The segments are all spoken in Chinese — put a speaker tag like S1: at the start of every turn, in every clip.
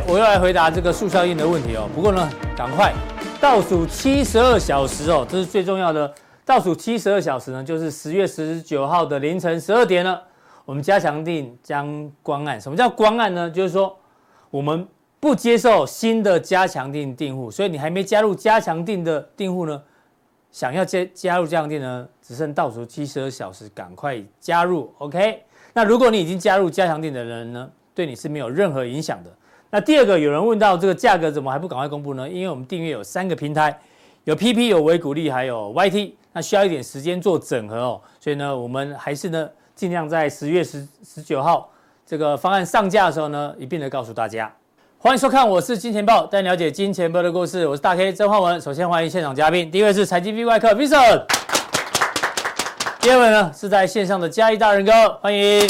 S1: 我又来回答这个速效应的问题哦。不过呢，赶快倒数72小时哦，这是最重要的。倒数72小时呢，就是10月19号的凌晨12点了。我们加强定将关案。什么叫关案呢？就是说我们不接受新的加强定订户，所以你还没加入加强定的订户呢，想要加入加强定呢，只剩倒数72小时，赶快加入 ，OK？ 那如果你已经加入加强定的人呢，对你是没有任何影响的。那第二个，有人问到这个价格怎么还不赶快公布呢？因为我们订阅有3个平台，有 PP、有微股利，还有 YT， 那需要一点时间做整合哦。所以呢，我们还是呢尽量在10月19号这个方案上架的时候呢，一并的告诉大家。欢迎收看，我是金钱豹，带你了解金钱豹的故事。我是大 K 曾焕文。首先欢迎现场嘉宾，第一位是财经 V 外客 Vincent， 第二位呢是在线上的嘉义大人哥，欢迎。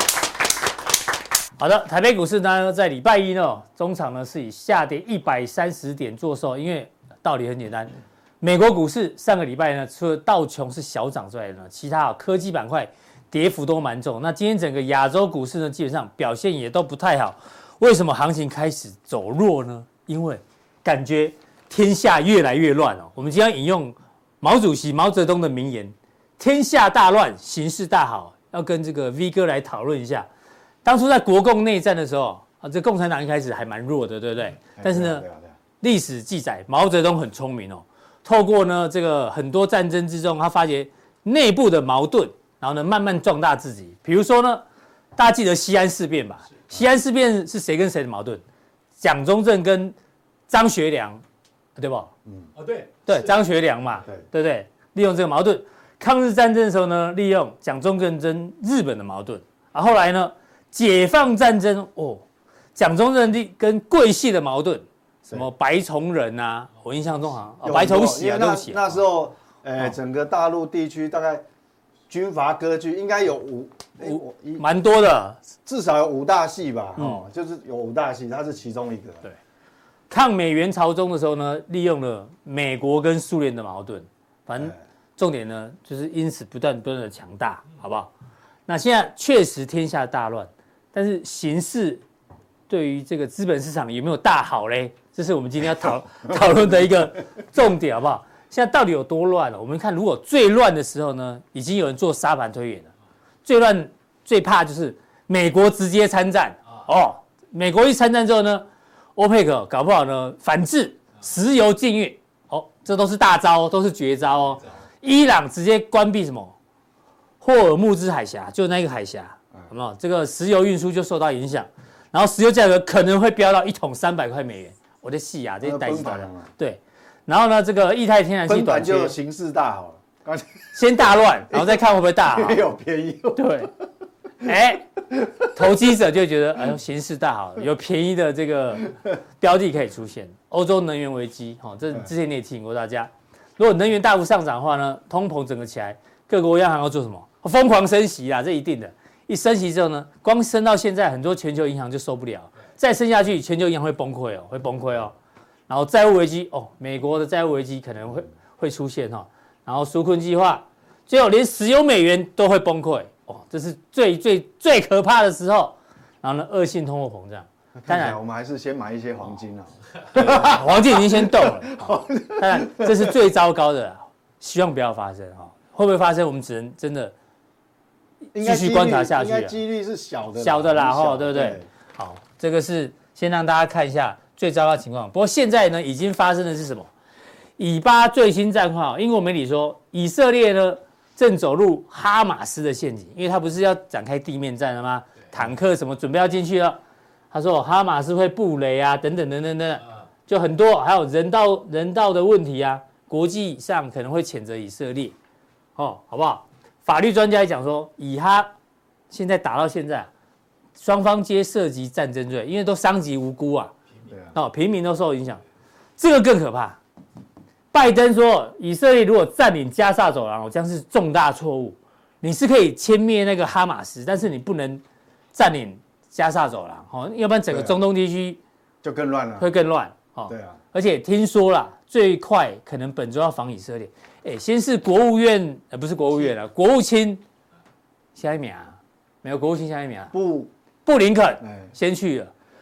S1: 好的，台北股市呢在礼拜一呢，中场呢是以下跌130点做收，因为道理很简单，美国股市上个礼拜呢，除了道琼是小涨之外呢，其他科技板块跌幅都蛮重。那今天整个亚洲股市呢，基本上表现也都不太好。为什么行情开始走弱呢？因为感觉天下越来越乱哦。我们今天引用毛主席毛泽东的名言：“天下大乱，形势大好。”要跟这个 V 哥来讨论一下。当初在国共内战的时候啊，这共产党一开始还蛮弱的，对不对？但是呢，历史记载毛泽东很聪明哦，透过呢这个很多战争之中，他发觉内部的矛盾，然后呢慢慢壮大自己。比如说呢，大家记得西安事变吧？西安事变是谁跟谁的矛盾？蒋中正跟张学良，对不？对，张学良嘛，对不对？利用这个矛盾，抗日战争的时候呢，利用蒋中正跟日本的矛盾，啊，后来呢？解放战争哦，蒋中正跟桂系的矛盾，什么白崇仁啊，我印象中好像白崇禧啊，对不起，
S2: 那时候整个大陆地区大概军阀割据，应该有
S1: 蛮多的，
S2: 至少有5大系吧，就是有5大系，它是其中一个。
S1: 对，抗美援朝中的时候呢，利用了美国跟苏联的矛盾，反正重点呢就是因此不断的强大，好不好？那现在确实天下大乱。但是形势对于这个资本市场有没有大好嘞？这是我们今天要讨论的一个重点，好不好？现在到底有多乱了？我们看，如果最乱的时候呢，已经有人做沙盘推演了。最乱、最怕就是美国直接参战哦。美国一参战之后呢，欧佩克搞不好呢反制，石油禁运哦，这都是大招，都是绝招哦。伊朗直接关闭什么？霍尔木兹海峡，就那个海峡。有没有这个石油运输就受到影响，然后石油价格可能会飙到1桶300块美元。我的戏啊，这些代志大的对。然后呢，这个液态天然气短缺，
S2: 就形势大好了，
S1: 先大乱，然后再看会不会大好。
S2: 有便宜。
S1: 对，投机者就觉得哎呦形势大好，有便宜的这个标的可以出现。欧洲能源危机，这之前你也提醒过大家，如果能源大幅上涨的话呢，通膨整个起来，各国央行要做什么？疯狂升息啦，这一定的。一升息之后呢，光升到现在，很多全球银行就受不了，再升下去，全球银行会崩溃哦，然后债务危机哦，美国的债务危机可能会出现哈，然后纾困计划，最后连石油美元都会崩溃哦，这是最可怕的时候，然后呢，恶性通货膨胀。
S2: 当然，我们还是先买一些黄金啊，
S1: 黄金已经先动了，当然这是最糟糕的，希望不要发生哈，会不会发生？我们只能真的。继续观察下去，
S2: 应该几率是小
S1: 的啦，对不对？好，这个是先让大家看一下最糟糕的情况。不过现在呢，已经发生的是什么？以巴最新战况，英国媒体说，以色列呢正走入哈马斯的陷阱，因为他不是要展开地面战了吗？坦克什么准备要进去了。他说哈马斯会布雷啊，等等，就很多，还有人道的问题啊，国际上可能会谴责以色列，好不好？法律专家也讲说，以哈现在打到现在，双方皆涉及战争罪，因为都伤及无辜啊，平民都受影响，这个更可怕。拜登说，以色列如果占领加萨走廊，将是重大错误。你是可以歼灭那个哈马斯，但是你不能占领加萨走廊，要不然整个中东地区
S2: 就更乱了，
S1: 会更乱。对啊，而且听说啦，最快可能本周要访以色列。先是国务院，不是国务院啊，国务卿下一秒没有国务卿下一秒，
S2: 布林肯
S1: 先去了，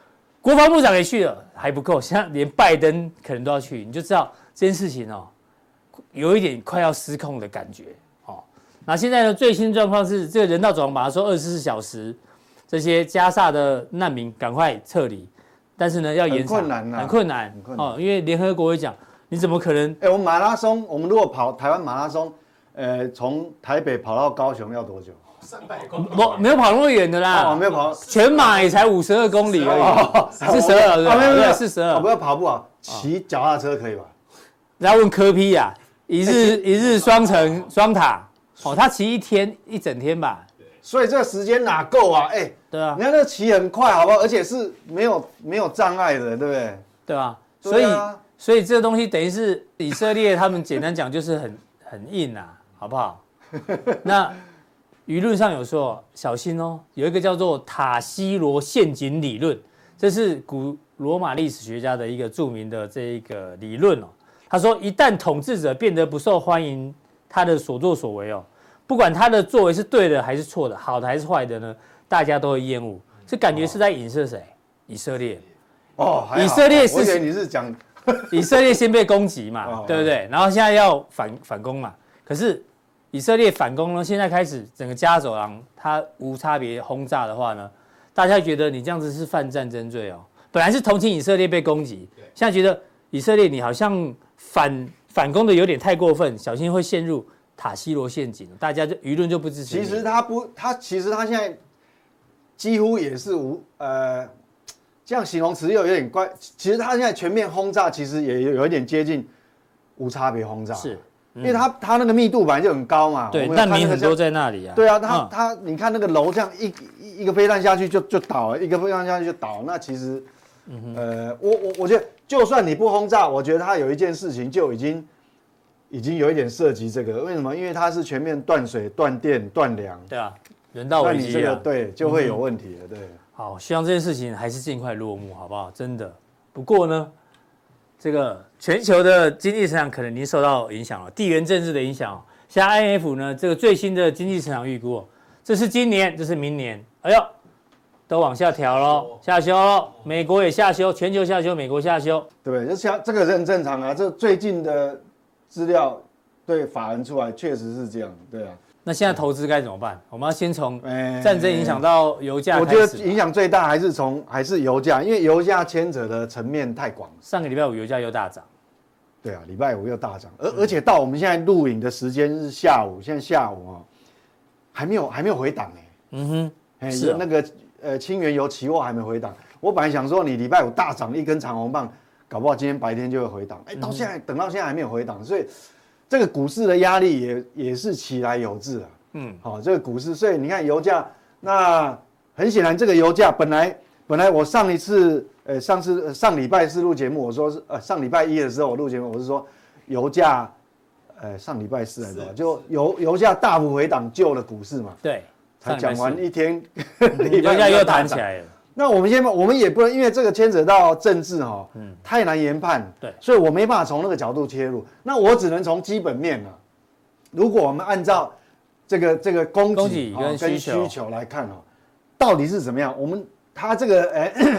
S1: 国防部长也去了，还不够，现在连拜登可能都要去，你就知道这件事情哦，有一点快要失控的感觉哦。那现在呢，最新状况是，这个人道走廊马上说24小时，这些加沙的难民赶快撤离，但是呢要延长，很困难哦，因为联合国会讲，你怎么可能？
S2: 我们马拉松，我们如果跑台湾马拉松，从台北跑到高雄要多久
S3: ？300公里，
S1: 没有跑那么远的啦，
S2: 没有跑，
S1: 全马也才52公里而已，42对不对？42，
S2: 不要跑步啊，骑脚踏车可以吧？
S1: 然后问柯 P 啊，一日双城双塔，哦，他骑一整天吧，
S2: 所以这个时间哪够啊？
S1: 对啊，
S2: 你看那个骑很快，好不好？而且是没有障碍的，对不对？
S1: 对啊，所以这个东西等于是以色列他们简单讲就是很硬啊，好不好？那舆论上有说小心哦，有一个叫做塔西罗陷阱理论，这是古罗马历史学家的一个著名的这一个理论哦。他说，一旦统治者变得不受欢迎，他的所作所为哦，不管他的作为是对的还是错的，好的还是坏的呢，大家都会厌恶。这感觉是在影射谁？以色列。以色列是，
S2: 我以为你是讲
S1: 以色列先被攻击嘛，对不对？然后现在要反攻嘛，可是以色列反攻呢，现在开始整个加沙走廊它无差别轰炸的话呢，大家觉得你这样子是犯战争罪哦。本来是同情以色列被攻击，现在觉得以色列你好像反攻的有点太过分，小心会陷入塔西罗陷阱，大家就舆论就不支持你。
S2: 其实他现在几乎也是这样形容词又有点怪。其实他现在全面轰炸，其实也有一点接近无差别轰炸，
S1: 是，
S2: 因为他那个密度本来就很高嘛，
S1: 对，难民很多在那里啊。
S2: 对啊，他你看那个楼这样一个飞弹下去就倒了，一个飞弹下去就倒了，那其实，我觉得就算你不轰炸，我觉得他有一件事情就已经有一点涉及这个，为什么？因为它是全面断水、断电、断粮，
S1: 对啊，人道危机啊，
S2: 那你这个对就会有问题了，对。
S1: 好，希望这件事情还是尽快落幕，好不好？真的。不过呢，这个全球的经济成长可能已经受到影响了，地缘政治的影响。像 IMF 呢，这个最新的经济成长预估，这是今年，这是明年，哎呦，都往下调咯，下修咯，美国也下修，全球下修，美国下修，
S2: 对，就像这个是很正常啊。这最近的资料对法人出来确实是这样，对啊。
S1: 那现在投资该怎么办？我们要先从战争影响到油价开始。
S2: 我觉得影响最大还是油价，因为油价牵扯的层面太广。
S1: 上个礼拜五油价又大涨。
S2: 对啊，礼拜五又大涨，而且到我们现在录影的时间是下午，现在下午啊，还没有回档是那个轻原油期货还没回档。我本来想说你礼拜五大涨一根长红棒，搞不好今天白天就会回档，到现在等到现在还没有回档，所以这个股市的压力也是起来有致啊。好，这个股市，所以你看油价，那很显然这个油价本来我上礼拜四录节目，我说是上礼拜一的时候我录节目，我是说油价，上礼拜四还是吧，就油价大幅回档救了股市嘛。
S1: 对，
S2: 才讲完一天，
S1: 油价又弹起来了。
S2: 那我们也不能因为这个牵扯到政治太难研判，
S1: 对，
S2: 所以我没办法从那个角度切入，那我只能从基本面了。如果我们按照这个供给跟需求来看到底是怎么样？它这个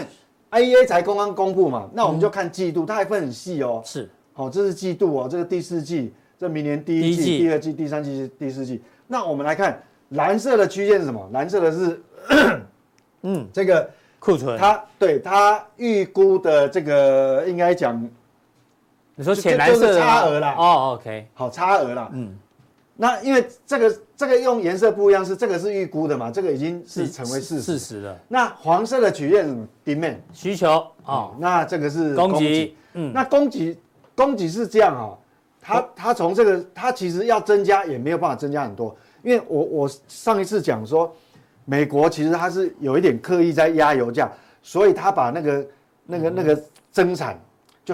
S2: IEA 才刚刚公布嘛，那我们就看季度，它还分很细哦。
S1: 是，
S2: 这是季度哦，这个第四季，这明年第一季、第二季、第三季、第四季。那我们来看蓝色的区间是什么？蓝色的是这个
S1: 库存。
S2: 它预估的这个应该讲，
S1: 你说浅蓝色的
S2: 差额啦。
S1: OK，
S2: 好，差额啦。那因为这个用颜色不一样，是这个是预估的嘛，这个已经是成为事实了。那黄色的曲线是什么 ？demand
S1: 需求
S2: 那这个是
S1: 供给。
S2: 那供给是这样它从这个它其实要增加也没有办法增加很多，因为我上一次讲说，美国其实它是有一点刻意在压油价，所以它把那个增产就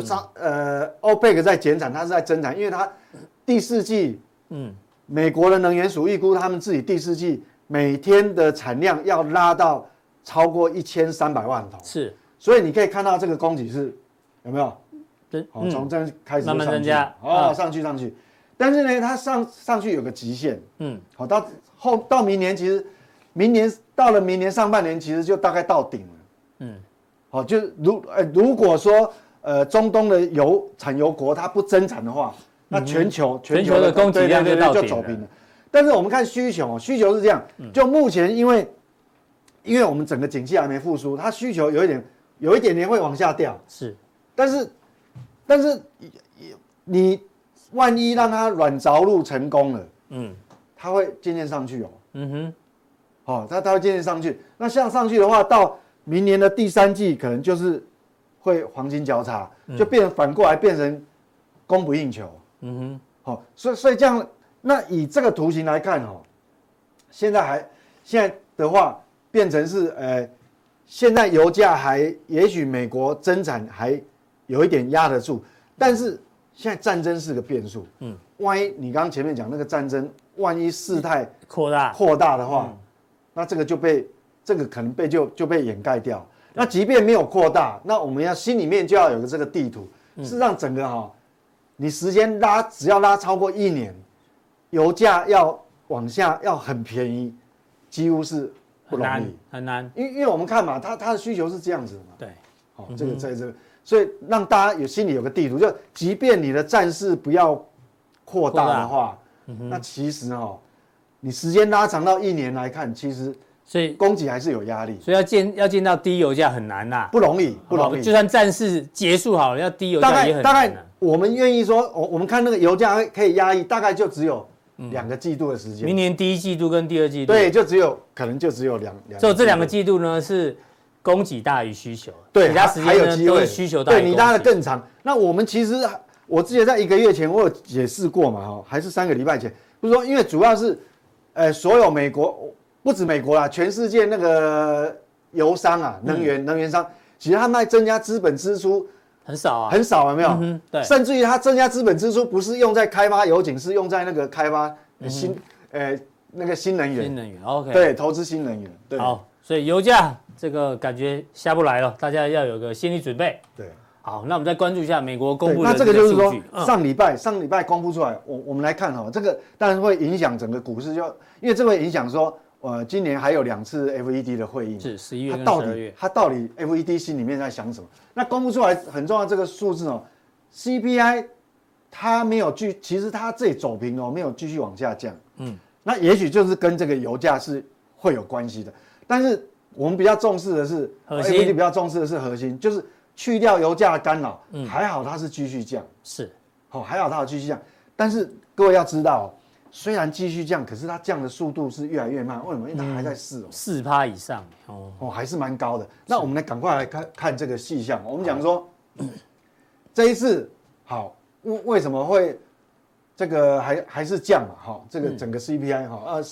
S2: OPEC 在减产，它是在增产，因为它第四季美国的能源署预估他们自己第四季每天的产量要拉到超过1300万桶，
S1: 是，
S2: 所以你可以看到这个供给是有没有？从这开始
S1: 慢慢增加，
S2: 上去，但是呢，它上去有个极限，好，到明年其实到了明年上半年其实就大概到顶了， 好，就是如果说中东的产油国它不增产的话，那全球
S1: 的供给量
S2: 就走平了。但是我们看需求是这样，就目前因为我们整个景气还没复苏，它需求有一点点会往下掉。
S1: 是，
S2: 但是你万一让它软着陆成功了，它会渐渐上去哦。好，它会渐渐上去。那像上去的话，到明年的第3季可能就是会黄金交叉，就反过来变成供不应求。好，所以这样，那以这个图形来看现在的话变成是现在油价也许美国增产还有一点压得住，但是现在战争是个变数。万一你刚刚前面讲那个战争，万一事态扩大的话，那这个可能就被掩盖掉。那即便没有扩大，那我们心里面就要有个这个地图，是让整个你时间只要拉超过1年，油价要往下要很便宜，几乎是不容易，
S1: 很难。
S2: 因为我们看嘛，它的需求是这样子的嘛。
S1: 对，
S2: 好，这个，所以让大家心里有个地图，就即便你的战事不要扩大的话，那其实你时间拉长到1年来看，其实所以供给还是有压力。
S1: 所以要见到低油价很难呐，
S2: 不容易。
S1: 就算战事结束好了，要低油价也很难。
S2: 大概我们愿意说，我们看那个油价可以压抑，大概就只有2个季度的时间。
S1: 明年第1季度跟第2季度。
S2: 对，可能就只有两。
S1: 就这2个季度呢是供给大于需求，
S2: 对，
S1: 其他时间呢都是需求大于供给。
S2: 对，你拉得更长。那我们其实我之前在1个月前我有解释过嘛，还是3个礼拜前，不是说因为主要是所有美国不止美国啦，全世界那个油商啊，能源商，其实他们在增加资本支出
S1: 很少啊，
S2: 很少，有没有？
S1: 对，
S2: 甚至于他增加资本支出不是用在开发油井，是用在那个开发那个新能源。
S1: 新能源 ，OK，
S2: 对，投资新能源。对，
S1: 好，所以油价这个感觉下不来了，大家要有个心理准备。
S2: 对，
S1: 好，那我们再关注一下美国公布的
S2: 那这个就是说上礼拜公布出来，我们来看这个当然会影响整个股市，因为这会影响说，今年还有2次 FED 的会议，
S1: 是11月跟12月，
S2: 他到底 FED 心里面在想什么？那公布出来很重要这个数字CPI 它没有其实它这里走平没有继续往下降，那也许就是跟这个油价是会有关系的，但是我们比较重视的是FED 比较重视的是核心，就是去掉油价的干扰，还好它是继续降，
S1: 是，
S2: 还好它有继续降，但是各位要知道虽然继续降，可是它降的速度是越来越慢，为什么？因为它还在
S1: 4%以上，
S2: 还是蛮高的。那我们来赶快来看这个细项。我们讲说，这一次好，为什么会这个还是降嘛？这个整个 CPI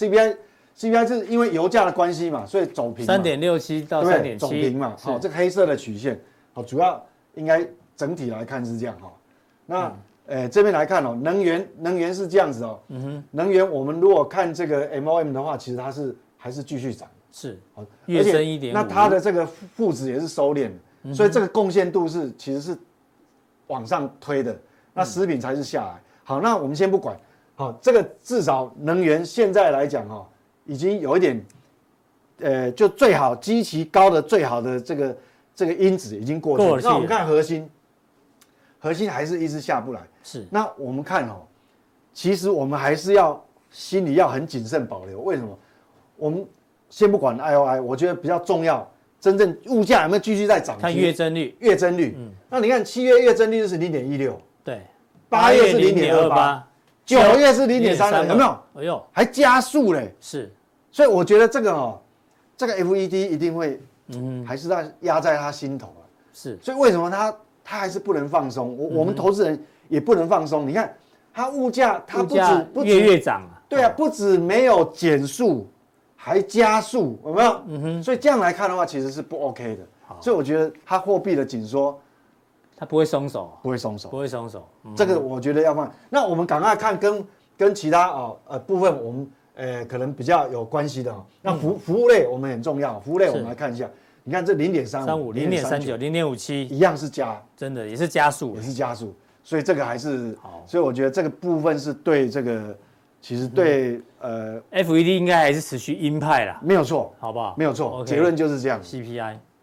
S2: CPI 是因为油价的关系嘛，所以走平
S1: 3.67到3.7，
S2: 走平嘛。这个黑色的曲线，主要应该整体来看是这样那这边来看能源是这样子能源我们如果看这个 MOM 的话，其实它还是继续涨，
S1: 是月增1.5，
S2: 那它的这个负值也是收敛的，所以这个贡献度其实是往上推的，那食品才是下来。好，那我们先不管，这个至少能源现在来讲已经有一点，就最好基期高的最好的这个因子已经过去了。那我们看核心还是一直下不来。
S1: 是，
S2: 那我们看其实我们还是心里要很谨慎保留。为什么？我们先不管 IOI， 我觉得比较重要，真正物价有没有继续在涨？
S1: 看月增率。
S2: 那你看7月月增率是 0.16，
S1: 对
S2: ，8月是 0.28， 9月是 0.32， 有没有？
S1: 哎呦，
S2: 还加速嘞。
S1: 是，
S2: 所以我觉得这个FED 一定会，还是压在他心头了。
S1: 是，
S2: 所以为什么他还是不能放松？我们投资人也不能放松。你看，它物价它不止
S1: 月涨啊，
S2: 对啊，不止没有减速，还加速，有没有？所以这样来看的话，其实是不 OK 的。所以我觉得它货币的紧缩，
S1: 它不会松手，
S2: 不会松手。
S1: 这
S2: 个我觉得要放。那我们赶快看跟其他部分我们可能比较有关系的那服务类我们很重要，服务类我们来看一下。你看这0.35、
S1: 0.39、0.57
S2: 一样是加，
S1: 真的也是加速，
S2: 所以这个还是，所以我觉得这个部分是对这个，其实对
S1: FED 应该还是持续鹰派啦，
S2: 没有错，
S1: 好不好？
S2: 没有错，结论就是这样。
S1: CPI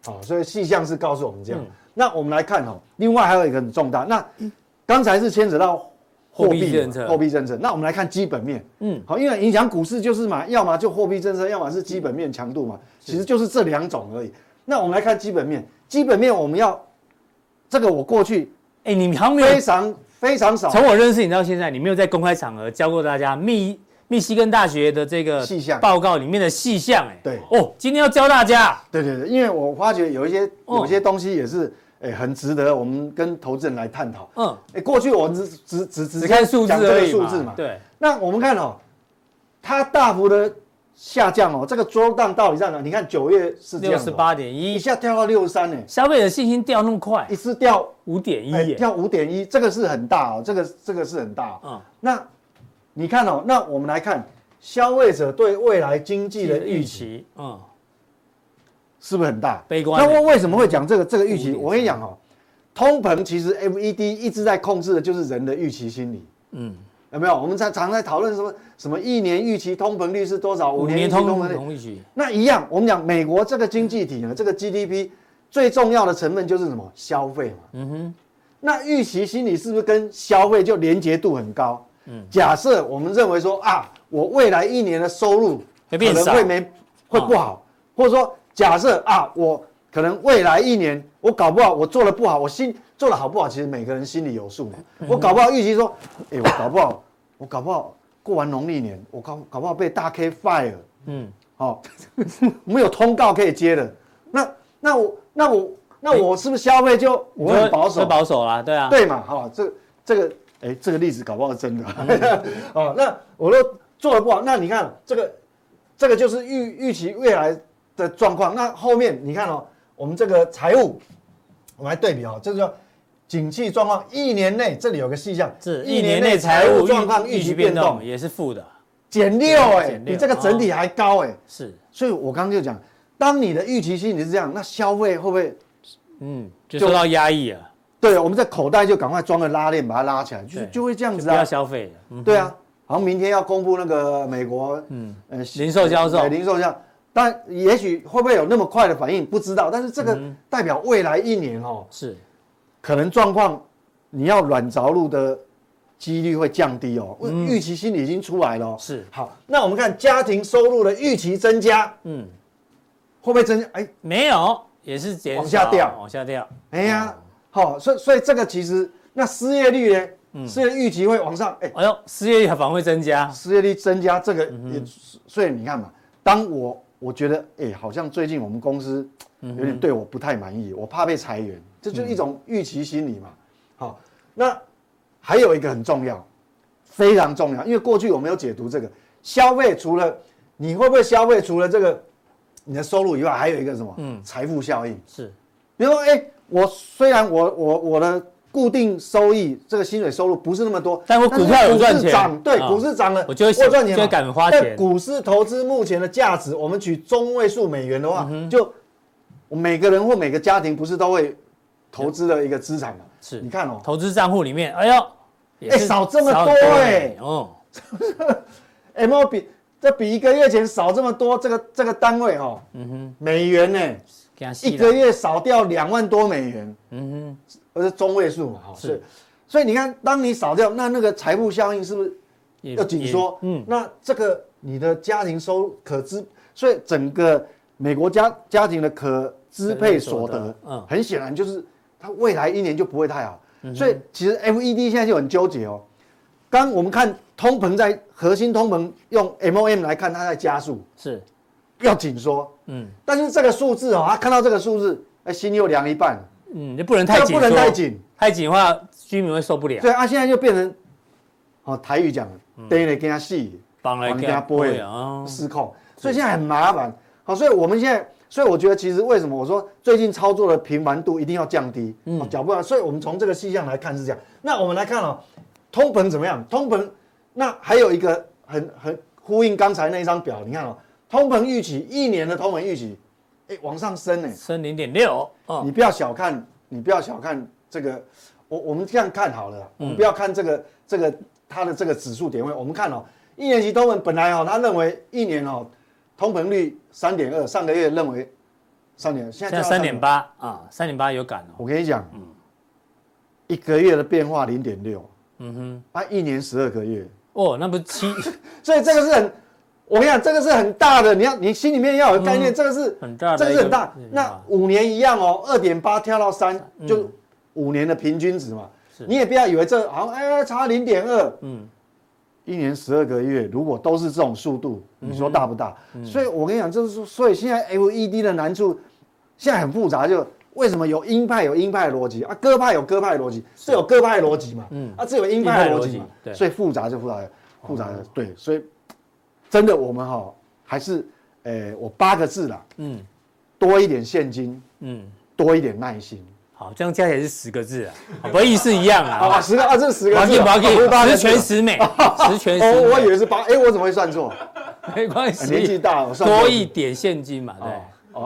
S2: 好，所以细项是告诉我们这样。那我们来看另外还有一个很重大，那刚才是牵扯到货币政策，那我们来看基本面。好，因为影响股市就是嘛，要么就货币政策，要么是基本面强度嘛，其实就是这2种而已。那我们来看基本面，基本面我们要这个我过去，
S1: 你好像没有
S2: 非常少。
S1: 从我认识你到现在，你没有在公开场合教过大家密西根大学的这个
S2: 细项
S1: 报告里面的细项。
S2: 对
S1: 今天要教大家。
S2: 对，因为我发觉有一些东西也是很值得我们跟投资人来探讨。过去我只
S1: 看数字而已
S2: 嘛。
S1: 对。
S2: 那我们看它大幅的下降这个 drawdown 到底在哪？你看9月是这样
S1: 68.1，
S2: 一下掉到63
S1: 消费者信心掉那么快，
S2: 一次掉
S1: 5.1，
S2: 掉5.1，这个是很大这个是很大。那你看那我们来看消费者对未来经济的预期，是不是很大？
S1: 悲观。
S2: 那为什么会讲这个预期？我跟你讲通膨其实 FED 一直在控制的就是人的预期心理。有没有？我们常在讨论什么1年预期通膨率是多少，5年通膨
S1: 预期。
S2: 那一样，我们讲美国这个经济体呢，这个 GDP 最重要的成分就是什么？消费嘛。那预期心理是不是跟消费就连结度很高？假设我们认为说我未来1年的收入可能会不好，或者说假设我可能未来1年我搞不好我做的不好，做的好不好，其实每个人心里有数嘛。我搞不好预期说，我搞不好过完农历年，我搞不好被大 K fire， 没有通告可以接的，那我是不是消费就我很保守？
S1: 保守啦，对啊，
S2: 对嘛，这个例子搞不好是真的。那我都做的不好，那你看这个就是预期未来的状况。那后面你看我们这个财务，我们来对比这就叫景气状况1年内，这里有个细项，
S1: 是1年内财务状况预期变动也是负的
S2: ，-6比这个整体还高
S1: 是，
S2: 所以我刚刚就讲，当你的预期心理是这样，那消费会不会
S1: 就受到压抑了？
S2: 对，我们在口袋就赶快装个拉链把它拉起来，就会这样子
S1: 不要消费了。
S2: 对啊，好像明天要公布那个美国
S1: 零售销售，
S2: 零售销，但也许会不会有那么快的反应不知道，但是这个代表未来1年
S1: 是
S2: 可能状况你要软着陆的几率会降低预期心理已经出来了
S1: 是。
S2: 好，那我们看家庭收入的预期增加，会不会增加？
S1: 没有，也是减少，往下掉。
S2: 所以这个其实那失业率呢？失业率预期会往上，
S1: 失业率反而会增加，
S2: 失业率增加这个也，所以你看嘛，当我觉得好像最近我们公司有点对我不太满意，我怕被裁员，这就是一种预期心理嘛。好，那还有一个很重要，非常重要，因为过去我没有解读这个消费，除了你会不会消费，除了这个你的收入以外，还有一个什么？财富效应
S1: 是，
S2: 比如说我虽然我的固定收益这个薪水收入不是那么多，
S1: 但我股票有赚钱，
S2: 对，股市涨了，
S1: 我就会赚钱，就会敢花钱。
S2: 但股市投资目前的价值，我们取中位数美元的话，就每个人或每个家庭不是都会投资的一个资产嘛？
S1: 是，
S2: 你看
S1: 投资账户里面，
S2: 少这么多比1个月前少这么多，这个单位美元呢，1个月少掉2万多美元，而是中位数嘛，所以你看，当你少掉，那个财富效应是不是要紧缩？那这个你的家庭收入所以整个美国家庭的可支配所得，很显然就是它未来1年就不会太好。所以其实 FED 现在就很纠结刚我们看通膨在核心通膨用 MOM 来看，它在加速，
S1: 是
S2: 要紧缩。但是这个数字他看到这个数字，心又凉一半。
S1: 就不能太紧，
S2: 不能太紧，
S1: 太紧的话，居民会受不了。
S2: 对现在就变成，台语讲，等于给他戏，
S1: 绑来给他
S2: 不会失控，所以现在很麻烦。所以我们现在，所以我觉得其实为什么我说最近操作的频繁度一定要降低，脚步所以我们从这个细项来看是这样。那我们来看通膨怎么样？通膨那还有一个很呼应刚才那一张表，你看通膨预期1年的通膨预期。往上升
S1: 升0.6，
S2: 你不要小看这个，我们这样看好了，我们不要看这个它的这个指数点位，我们看1年期通膨本来他认为1年通膨率3.2，上个月认为现
S1: 在3.8啊，3.8有感哦。
S2: 我跟你讲，一个月的变化0.6，一年12个月，
S1: 那不是
S2: 所以这个是我跟你讲，这个是很大的，你心里面要有概念，这个是
S1: 很大的，
S2: 这个是很大。那5年一样哦，2.8跳到3，就5年的平均值嘛。你也不要以为这好像差0.2，一年12个月，如果都是这种速度，你说大不大？所以我跟你讲，就是说，所以现在 LED 的难处现在很复杂，就为什么有鹰派有鹰派的逻辑啊，鸽派有鸽派的逻辑，这有鸽派的逻辑嘛，这有鹰派的逻辑嘛，所以复杂就复杂的，对，所以真的我们还是我8个字啦，多一点现金，多一点耐心。
S1: 好，这样加起来是10个字啊，不意思一样啊。
S2: 10个啊，这是10个字，
S1: 十全十美，十全十美。
S2: 我以为是8，我怎么会算错？
S1: 没关系，
S2: 年纪大了，
S1: 多一点现金嘛，对。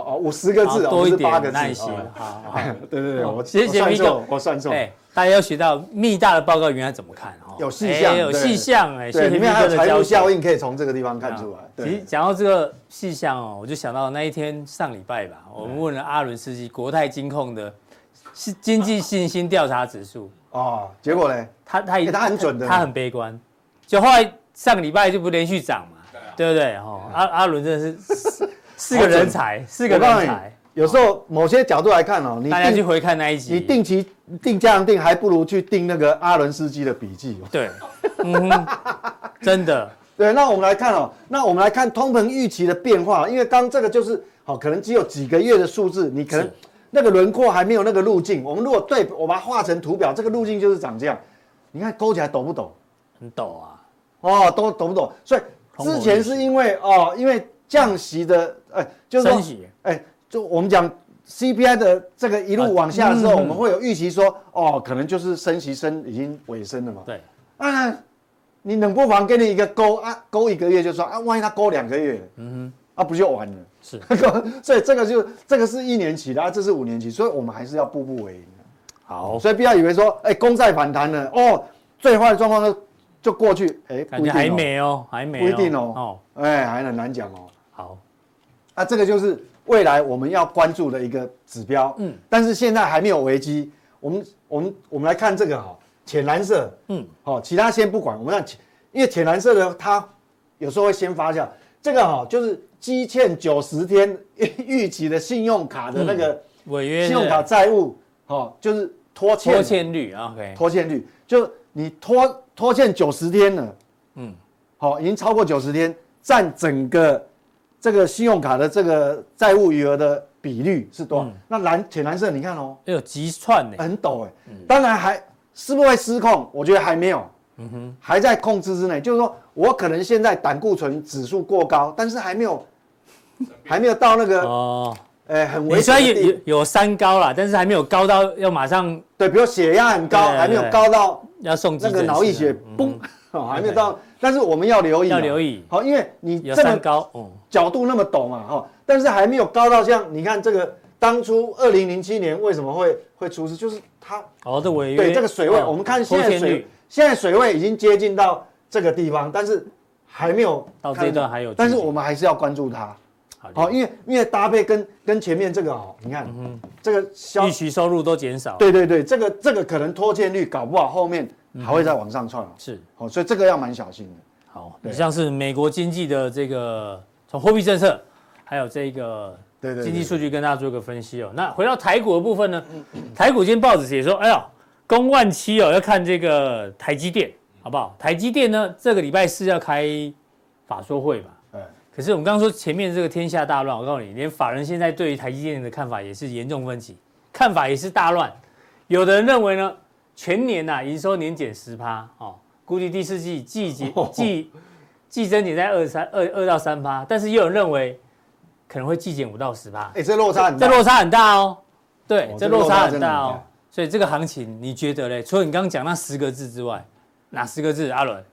S2: 50个字，
S1: 多一点
S2: 8个字，
S1: 耐心。好，
S2: 对，
S1: 谢谢密哥，
S2: 我算错。
S1: 大家要学到密大的报告原来怎么看
S2: 有细项，
S1: 有细项
S2: 对，里面还有财务效应可以从这个地方看出来。
S1: 其实讲到这个细项我就想到那一天上礼拜吧，我们问了阿伦斯基国泰金控的经济信心调查指数
S2: 结果呢？
S1: 他
S2: 很准的，
S1: 他很悲观，就后来上个礼拜就不连续涨嘛，对不对？阿伦真的是个人才，是个人才。
S2: 有时候某些角度来看你
S1: 大家去回看那一集，
S2: 你定期定这样定，还不如去定那个阿伦斯基的笔记。
S1: 对，真的。
S2: 对，那我们来看通膨预期的变化，因为刚这个就是可能只有几个月的数字，你可能那个轮廓还没有那个路径。我们如果我把它画成图表，这个路径就是长这样。你看勾起来陡不陡？
S1: 很陡啊。
S2: 都陡不陡？所以之前是因为降息的，就是说，就我们讲 CPI 的这个一路往下的时候，我们会有预期说，可能就是升息已经尾声了嘛。
S1: 对。
S2: 你冷不防给你一个勾1个月就说万一他勾2个月，不就完了？
S1: 是。
S2: 所以这个是1年期的这是5年期，所以我们还是要步步为营。
S1: 好。
S2: 所以不要以为说，公债反弹了，最坏的状况就过去，
S1: 感觉还没哦，
S2: 不一定哦，还很难讲哦。
S1: 好。
S2: 这个就是未来我们要关注的一个指标，但是现在还没有危机。我们来看这个浅蓝色，其他先不管。我们看，因为浅蓝色的它有时候会先发酵，这个就是积欠90天预期的信用卡的那个
S1: 违约
S2: 信用卡债务，就是拖
S1: 欠率 ，OK，
S2: 拖欠率，就你拖欠90天了，已经超过90天，占整个这个信用卡的这个债务余额的比率是多少？那浅蓝色你看
S1: 有急窜
S2: 很陡当然是不是会失控？我觉得还没有，还在控制之内。就是说我可能现在胆固醇指数过高，但是还没有到那个很危险的地步。
S1: 你虽然有3高啦，但是还没有高到要马上
S2: 对，比如血压很高，还没有高到
S1: 要送急诊
S2: 那个脑溢血崩，还没有到。但是我们要留意，因为你这么
S1: 高
S2: 角度那么陡嘛，但是还没有高到像你看这个。当初2007年为什么会出事？就是它
S1: 这违约
S2: 对这个水位，我们看现在水位已经接近到这个地方，但是还没有
S1: 到这一段还有，
S2: 但是我们还是要关注它。因为搭配跟前面这个你看这个
S1: 预期收入都减少，
S2: 对，这个可能拖欠率搞不好后面还会再往上窜
S1: 是
S2: 所以这个要蛮小心的。
S1: 好，以上是美国经济的这个从货币政策还有这个。经济数据跟大家做一个分析那回到台股的部分呢，台股今天报纸写说，公万期要看这个台积电，好不好？台积电呢，这个礼拜4要开法说会嘛，可是我们刚刚说前面这个天下大乱，我告诉你，连法人现在对于台积电的看法也是严重分歧，看法也是大乱。有的人认为呢，全年营收年减10%，估计第4季季增减在2到3%，但是也有人认为。可能会季减5到10%，
S2: 这落差很大，
S1: 对，这落差很大所以这个行情你觉得嘞？除了你刚刚讲那10个字之外，哪10个字？阿伦，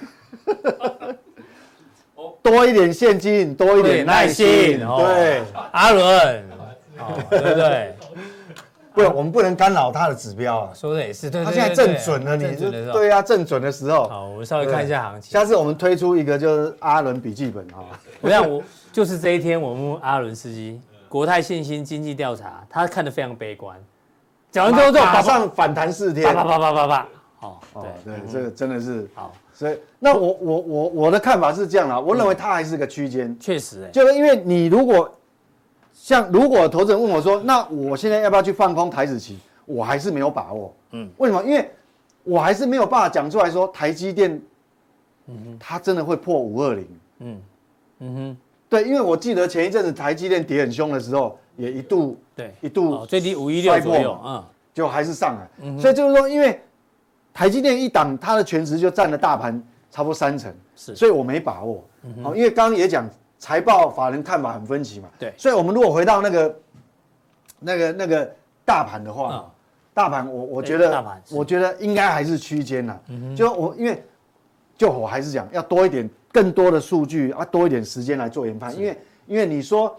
S2: 多一点现金，多一点耐心，对，
S1: 阿伦，对不对？
S2: 不，我们不能干扰他的指标
S1: 说的也是，对，
S2: 他现在正准了，对啊，正准的时候。
S1: 好，我们稍微看一下行情。
S2: 下次我们推出一个就是阿伦笔记本
S1: 我想就是这一天，我们问阿伦斯基国泰信心经济调查，他看得非常悲观。讲完之后，
S2: 马上反弹4天，
S1: 啪。哦，
S2: 对，这个真的是
S1: 好。
S2: 所以，那我的看法是这样啦，我认为它还是个区间。
S1: 确实，
S2: 就是因为你如果投资人问我说，那我现在要不要去放空台指期？我还是没有把握。为什么？因为我还是没有办法讲出来说台积电，它真的会破520。对，因为我记得前一阵子台积电跌很凶的时候，也一度
S1: 最低516左右，
S2: 就还是上来。所以就是说，因为台积电一档，它的权值就占了大盘差不多30%，所以我没把握。因为刚刚也讲财报法人看法很分歧嘛。
S1: 对，
S2: 所以我们如果回到那个大盘的话，大盘我觉得应该还是区间啦。因为我还是讲要多一点更多的数据啊，多一点时间来做研判。因为你说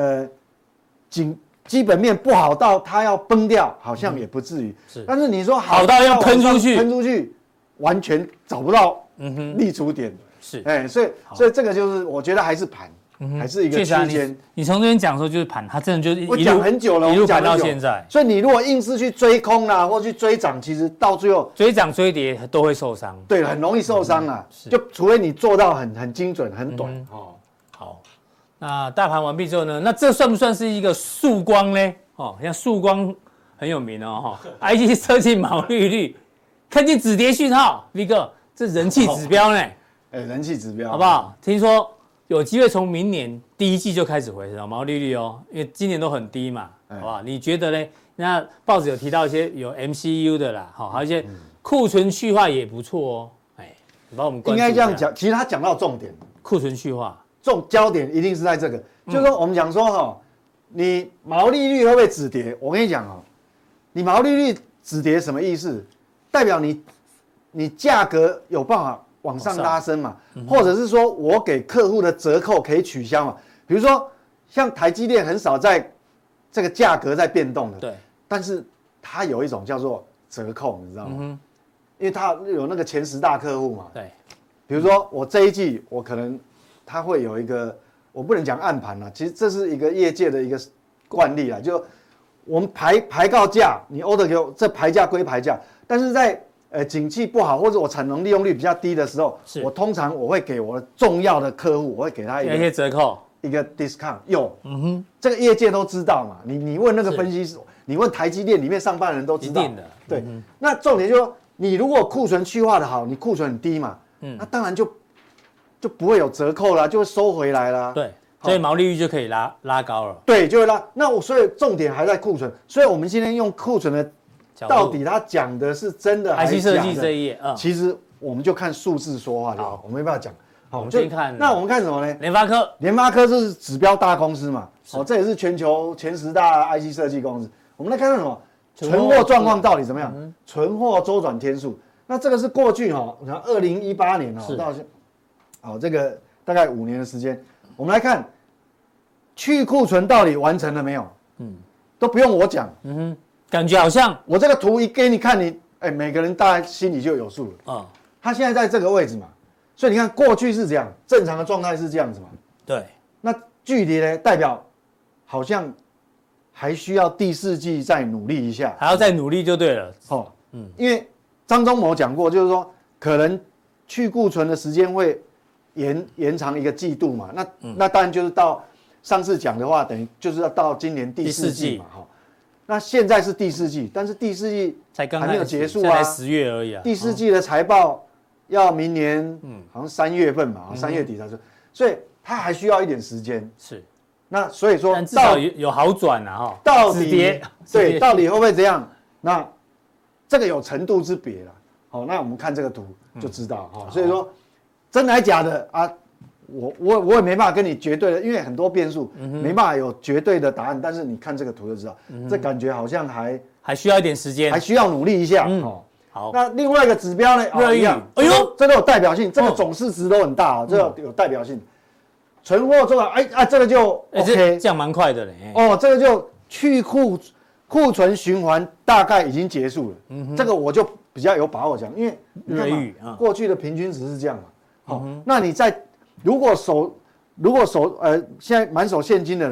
S2: 基本面不好到它要崩掉，好像也不至于。但是你说
S1: 好到要喷出去，
S2: 完全找不到立足点。所以这个就是我觉得还是盘，还是一个区间。
S1: 你从这边讲说就是盘，它真的就是
S2: 我讲很久了，
S1: 一路盘到现在。
S2: 所以你如果硬是去追空啦，或去追涨，其实到最后
S1: 追涨追跌都会受伤。
S2: 对，很容易受伤啊。就除非你做到很精准、很短。
S1: 好。那大盘完毕之后呢？那这算不算是一个曙光呢？像曙光很有名哦，IC 设计毛利率看见止跌讯号 ，V 哥，这人气指标呢？
S2: 人气指标，
S1: 好不好？听说有机会从明年第一季就开始回升毛利率哦，因为今年都很低嘛，好不好？你觉得呢？那报纸有提到一些有 MCU 的啦，还有一些库存去化也不错哦。你帮我们关注一下。
S2: 应该这样讲，其实他讲到重点，
S1: 库存去化。
S2: 焦点一定是在这个，就是说我们讲说你毛利率会不会止跌？我跟你讲你毛利率止跌什么意思？代表你价格有办法往上拉升嘛，或者是说我给客户的折扣可以取消嘛？比如说像台积电很少在这个价格在变动的，
S1: 对，
S2: 但是它有一种叫做折扣，你知道吗？因为它有那个前10大客户嘛，
S1: 对，
S2: 比如说我这一季我可能。它会有一个，我不能讲暗盘啦，其实这是一个业界的一个惯例啦，就我们排告价，你 order 给我，这排价归排价，但是在景气不好或者我产能利用率比较低的时候，我通常我会给我的重要的客户，我会给他一
S1: 些折扣，
S2: 一个 discount。这个业界都知道嘛，你问那个分析师，你问台积电里面上班的人都知道，
S1: 一定的。
S2: 对，那重点就是说，你如果库存去化的好，你库存很低嘛，那当然就不会有折扣啦，就会收回来啦。
S1: 对，所以毛利率就可以拉高了。
S2: 对，就会拉。那所以重点还在库存，所以我们今天用库存的，到底他讲的是真的还是假的？
S1: IC 设计这一页，
S2: 其实我们就看数字说话就好，我没办法讲。
S1: 好，我们先看。
S2: 那我们看什么呢？
S1: 联发科
S2: 是指标大公司嘛？这也是全球前10大 IC 设计公司。我们来看看什么？存货状况到底怎么样？存货周转天数。那这个是过去2018年到这个大概5年的时间，我们来看去库存到底完成了没有？都不用我讲，
S1: 感觉好像
S2: 我这个图一给你看，每个人大概心里就有数了。他现在在这个位置嘛，所以你看过去是这样，正常的状态是这样子嘛。
S1: 对，
S2: 那距离呢，代表好像还需要第4季再努力一下，
S1: 还要再努力就对了。
S2: 因为张忠谋讲过，就是说可能去库存的时间会延长1个季度嘛，那当然就是到上次讲的话，等于就是要到今年第4季嘛，那现在是第4季，但是第4季
S1: 才刚
S2: 还没有结束啊，
S1: 才10月而已啊。
S2: 第4季的财报要明年好像3月份嘛，3月底才出，所以它还需要一点时间。
S1: 是，
S2: 那所以说，
S1: 但至少有好转啊，
S2: 到底对，到底会不会这样？那这个有程度之别啦。那我们看这个图就知道所以说。真的还假的啊？我也没办法跟你绝对的，因为很多变数，没办法有绝对的答案。但是你看这个图就知道，这感觉好像
S1: 还需要一点时间，
S2: 还需要努力一下。
S1: 好，
S2: 那另外一个指标呢？
S1: 热议，
S2: 哎呦，这个有代表性，这个总市值都很大这个有代表性。存货周转，这个就 OK，
S1: 这样蛮快的嘞。
S2: 这个就去库存循环大概已经结束了。这个我就比较有把握讲，因为你看嘛，过去的平均值是这样嘛。那你在如果现在满手现金的人，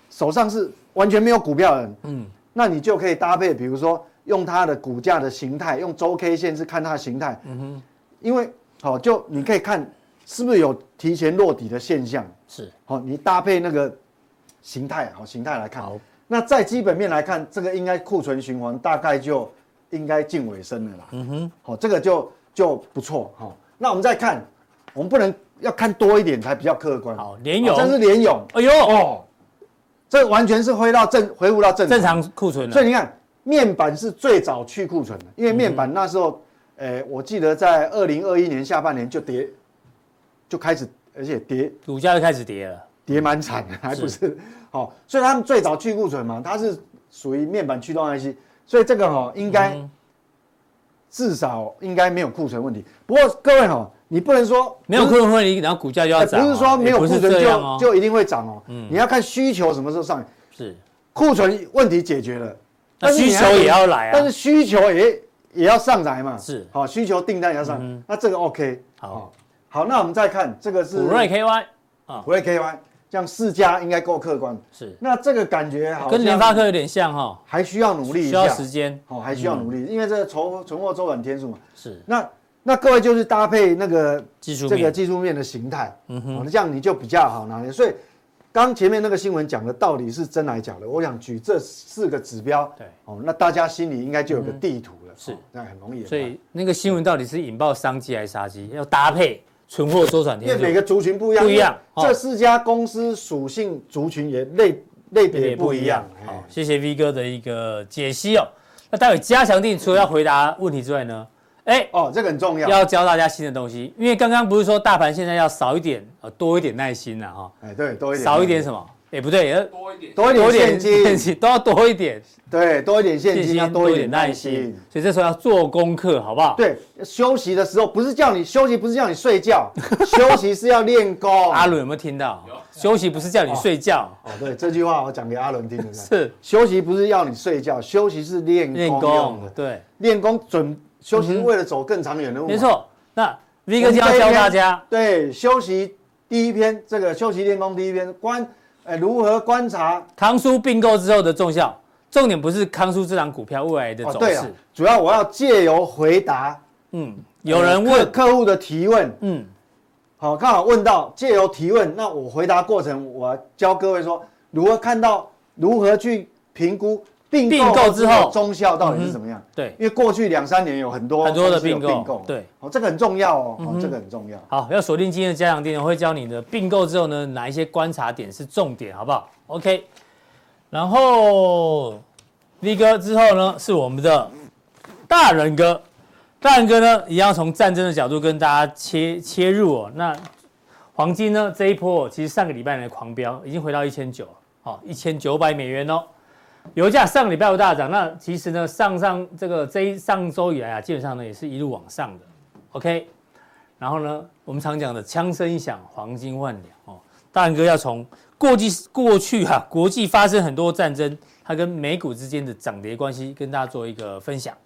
S2: 手上是完全没有股票的人，那你就可以搭配，比如说用它的股价的形态，用周 K 线是看它的形态，因为就你可以看是不是有提前落底的现象，
S1: 是，
S2: 你搭配那个形态，形态来看，那在基本面来看，这个应该库存循环大概就应该近尾声了啦，这个就不错，那我们再看，我们不能要看多一点才比较客观，
S1: 好，联咏，
S2: 这是联咏，
S1: 哎呦，
S2: 这完全是恢复到正
S1: 常库存了，
S2: 所以你看面板是最早去库存的，因为面板那时候，我记得在2021年下半年就开始，而且
S1: 股价就开始跌了，
S2: 跌蛮惨的，还不是所以他们最早去库存嘛，它是属于面板驱动 IC， 所以这个应该至少应该没有库存问题。不过各位你不能说
S1: 没有库存问题，然后股价就要涨，
S2: 不是说没有库存就一定会涨你要看需求什么时候上来。
S1: 是，
S2: 库存问题解决了，
S1: 那需求也要来啊，
S2: 但是需求也要上来嘛，
S1: 是，
S2: 需求订单也要上，那这个 OK， 好，那我们再看这个是
S1: 普瑞 KY
S2: 普瑞 KY， 这样4家应该够客观，
S1: 是，
S2: 那这个感觉好像
S1: 跟联发科有点像
S2: 还需要努力一下，
S1: 需要时间，
S2: 还需要努力，因为这个存货周转天数嘛，
S1: 是，
S2: 那各位就是搭配那个
S1: 这
S2: 个技术面的形态，这样你就比较好拿捏。所以刚前面那个新闻讲的到底是真还假的，我想举这4个指标，
S1: 对，
S2: 那大家心里应该就有个地图了，
S1: 是，
S2: 那很容易。
S1: 所以那个新闻到底是引爆商机还是杀机，要搭配存货周转天数，
S2: 因为每个族群不一样，这4家公司属性族群也类别不一样。
S1: 好，谢谢 V 哥的一个解析那待会加强定除了要回答问题之外呢？
S2: 这个很重要，
S1: 要教大家新的东西，因为刚刚不是说大盘现在要少一点，多一点耐心啦
S2: 对，多一点，
S1: 少一点什么？不对，
S2: 多一点现金，
S1: 都要多一点，
S2: 对，多一点现金，要多一点耐心，
S1: 所以这时候要做功课，好不好？
S2: 对，休息的时候不是叫你休息，不是叫你睡觉，休息是要练功。
S1: 阿伦有没有听到？休息不是叫你睡觉。
S2: 对，这句话我讲给阿伦听的。
S1: 是，
S2: 休息不是要你睡觉，休息是练功。
S1: 对，
S2: 练功休息是为了走更长远的路。
S1: 没错。那 V 哥就要教大家，
S2: 对，休息第一篇，这个休息练功第一篇如何观察
S1: 康舒并购之后的重效？重点不是康舒这档股票未来的走势，
S2: 主要我要借由回答，
S1: 有人问
S2: 客户的提问，好，刚好问到借由提问，那我回答过程，我教各位说如何去评估并购之后中效到底是怎么样？
S1: 对，
S2: 因为过去2-3年有很多
S1: 的并购，对，
S2: 这个很重要这个很重要。
S1: 好，要锁定今天的加强定，我会教你的并购之后呢，哪一些观察点是重点，好不好 ？OK， 然后 V 哥之后呢，是我们的大人哥。大人哥呢，一样从战争的角度跟大家切入那黄金呢这一波其实上个礼拜的狂飙，已经回到1900了，$1900油价上个礼拜大涨，那其实呢上周以来基本上呢也是一路往上的 ，OK。然后呢，我们常讲的枪声一响，黄金万两大人哥要从过去国际发生很多战争，它跟美股之间的涨跌关系，跟大家做一个分享。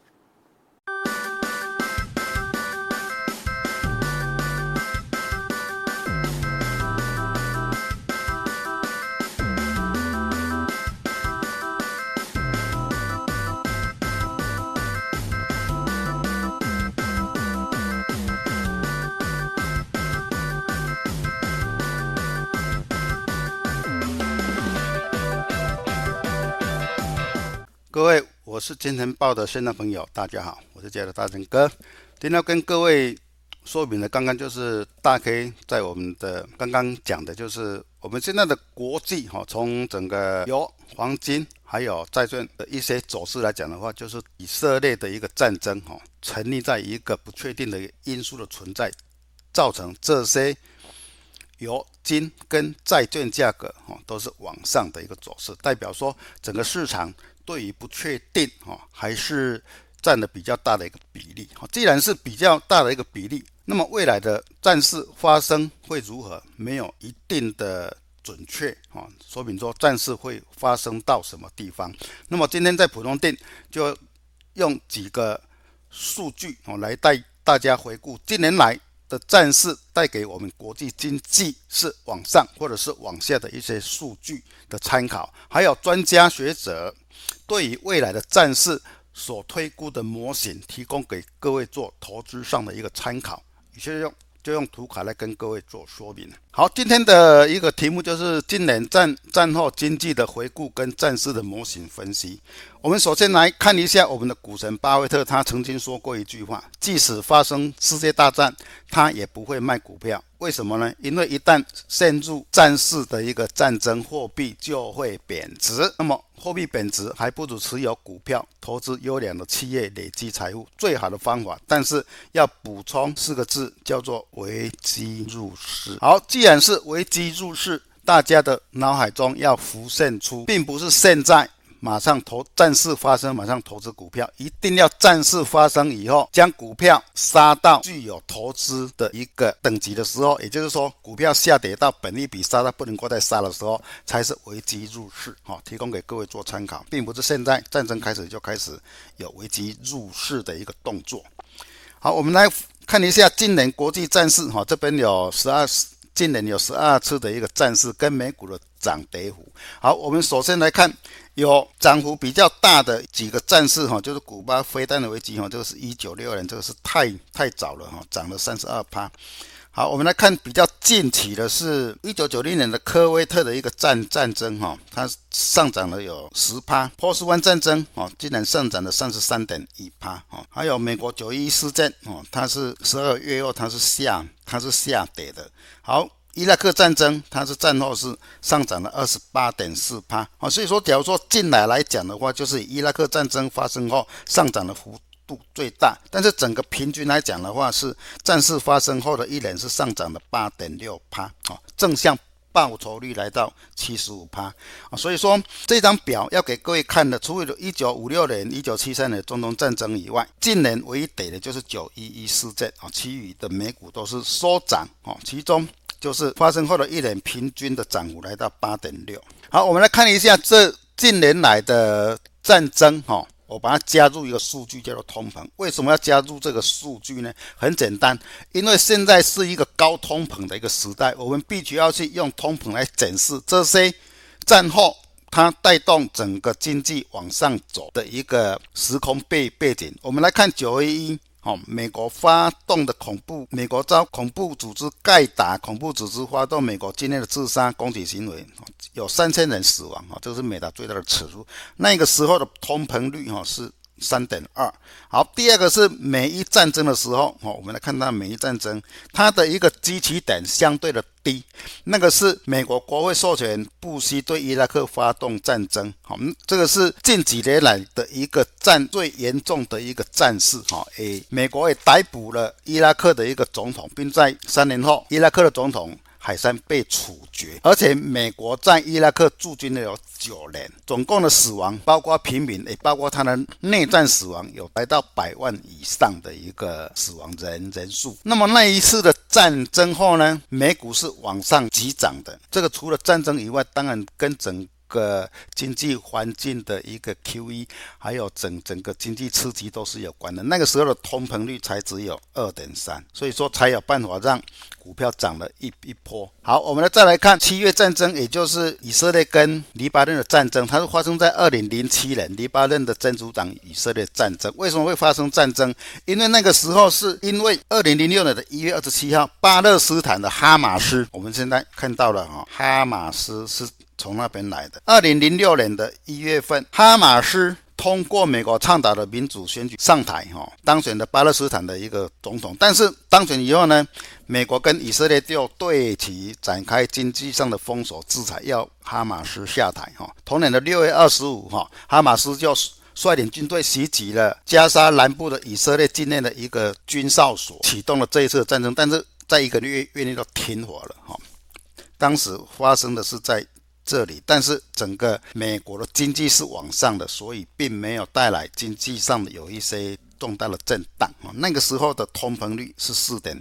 S3: 各位，我是金钱豹的线上朋友，大家好，我是家的大成哥。今天要跟各位说明的，刚刚就是大 K 在我们的刚刚讲的，就是我们现在的国际从整个油、黄金还有债券的一些走势来讲的话，就是以色列的一个战争成立在一个不确定的因素的存在，造成这些油、金跟债券价格都是往上的一个走势，代表说整个市场对于不确定还是占了比较大的一个比例。既然是比较大的一个比例，那么未来的战事发生会如何，没有一定的准确说明说战事会发生到什么地方。那么今天在普通定就用几个数据来带大家回顾近年来的战事带给我们国际经济是往上或者是往下的一些数据的参考，还有专家学者对于未来的战事所推估的模型提供给各位做投资上的一个参考，就用图卡来跟各位做说明。好，今天的一个题目就是今年战后经济的回顾跟战事的模型分析。我们首先来看一下我们的股神巴菲特，他曾经说过一句话，即使发生世界大战，他也不会卖股票。为什么呢？因为一旦陷入战事的一个战争，货币就会贬值。那么货币贬值，还不如持有股票，投资优良的企业，累积财富，最好的方法。但是要补充4个字，叫做危机入市。好，既然是危机入市，大家的脑海中要浮现出，并不是现在马上战事发生马上投资股票，一定要战事发生以后将股票杀到具有投资的一个等级的时候，也就是说股票下跌到本益比杀到不能够再杀的时候，才是危机入市。提供给各位做参考，并不是现在战争开始就开始有危机入市的一个动作。好，我们来看一下今年国际战事，这边有今年有12次的一个战事跟美股的涨跌幅。好，我们首先来看有涨幅比较大的几个战事，就是古巴飞弹的危机，这个是1962年，这个是太早了，涨了 32%。好，我们来看比较近期的是1990年的科威特的一个战争，它上涨了有 10%， 波斯湾战争竟然上涨了 33.1%， 还有美国911事件，它是12月后它是下跌的。好，伊拉克战争它是战后是上涨了 28.4%， 所以说假如说近来讲的话，就是以伊拉克战争发生后上涨的幅度最大，但是整个平均来讲的话，是战事发生后的一年是上涨了 8.6%， 正向报酬率来到 75%， 所以说这张表要给各位看的，除了1956年、1973年的中东战争以外，近年唯一跌的就是911事件，其余的美股都是收涨，其中就是发生后的一年平均的涨幅来到 8.6%。 好，我们来看一下这近年来的战争，我把它加入一个数据叫做通膨。为什么要加入这个数据呢？很简单，因为现在是一个高通膨的一个时代，我们必须要去用通膨来检视这些战后它带动整个经济往上走的一个时空背景。我们来看911，美国发动的美国遭恐怖组织盖达恐怖组织发动美国境内的自杀攻击行为，有3000人死亡，这是美国最大的耻辱。那个时候的通膨率是 3.2。 好，第二个是美伊战争的时候，我们来看到美伊战争它的一个基期点相对的低，那个是美国国会授权布希对伊拉克发动战争，这个是近几年来的一个最严重的一个战事，美国也逮捕了伊拉克的一个总统，并在3年后伊拉克的总统海珊被处决，而且美国在伊拉克驻军了有9年，总共的死亡包括平民也包括他的内战死亡有来到100万以上的一个死亡人数。那么那一次的战争后呢，美股是往上急涨的，这个除了战争以外，当然跟整个经济环境的一个 QE 还有整个经济刺激都是有关的。那个时候的通膨率才只有 2.3， 所以说才有办法让股票涨了一波。好，我们再来看7月战争，也就是以色列跟黎巴嫩的战争，它是发生在2007年，黎巴嫩的真主党以色列战争。为什么会发生战争？因为那个时候是因为2006年的1月27号，巴勒斯坦的哈马斯，我们现在看到了哈马斯是从那边来的。2006年的1月份，哈马斯通过美国倡导的民主选举上台，当选了巴勒斯坦的一个总统。但是当选以后呢，美国跟以色列就对其展开经济上的封锁制裁，要哈马斯下台。同年的6月25，哈马斯就率领军队袭击了加沙南部的以色列境内的一个军哨所，启动了这一次的战争。但是在1个月内就停火了。当时发生的是在这里，但是整个美国的经济是往上的，所以并没有带来经济上的有一些重大的震荡，那个时候的通膨率是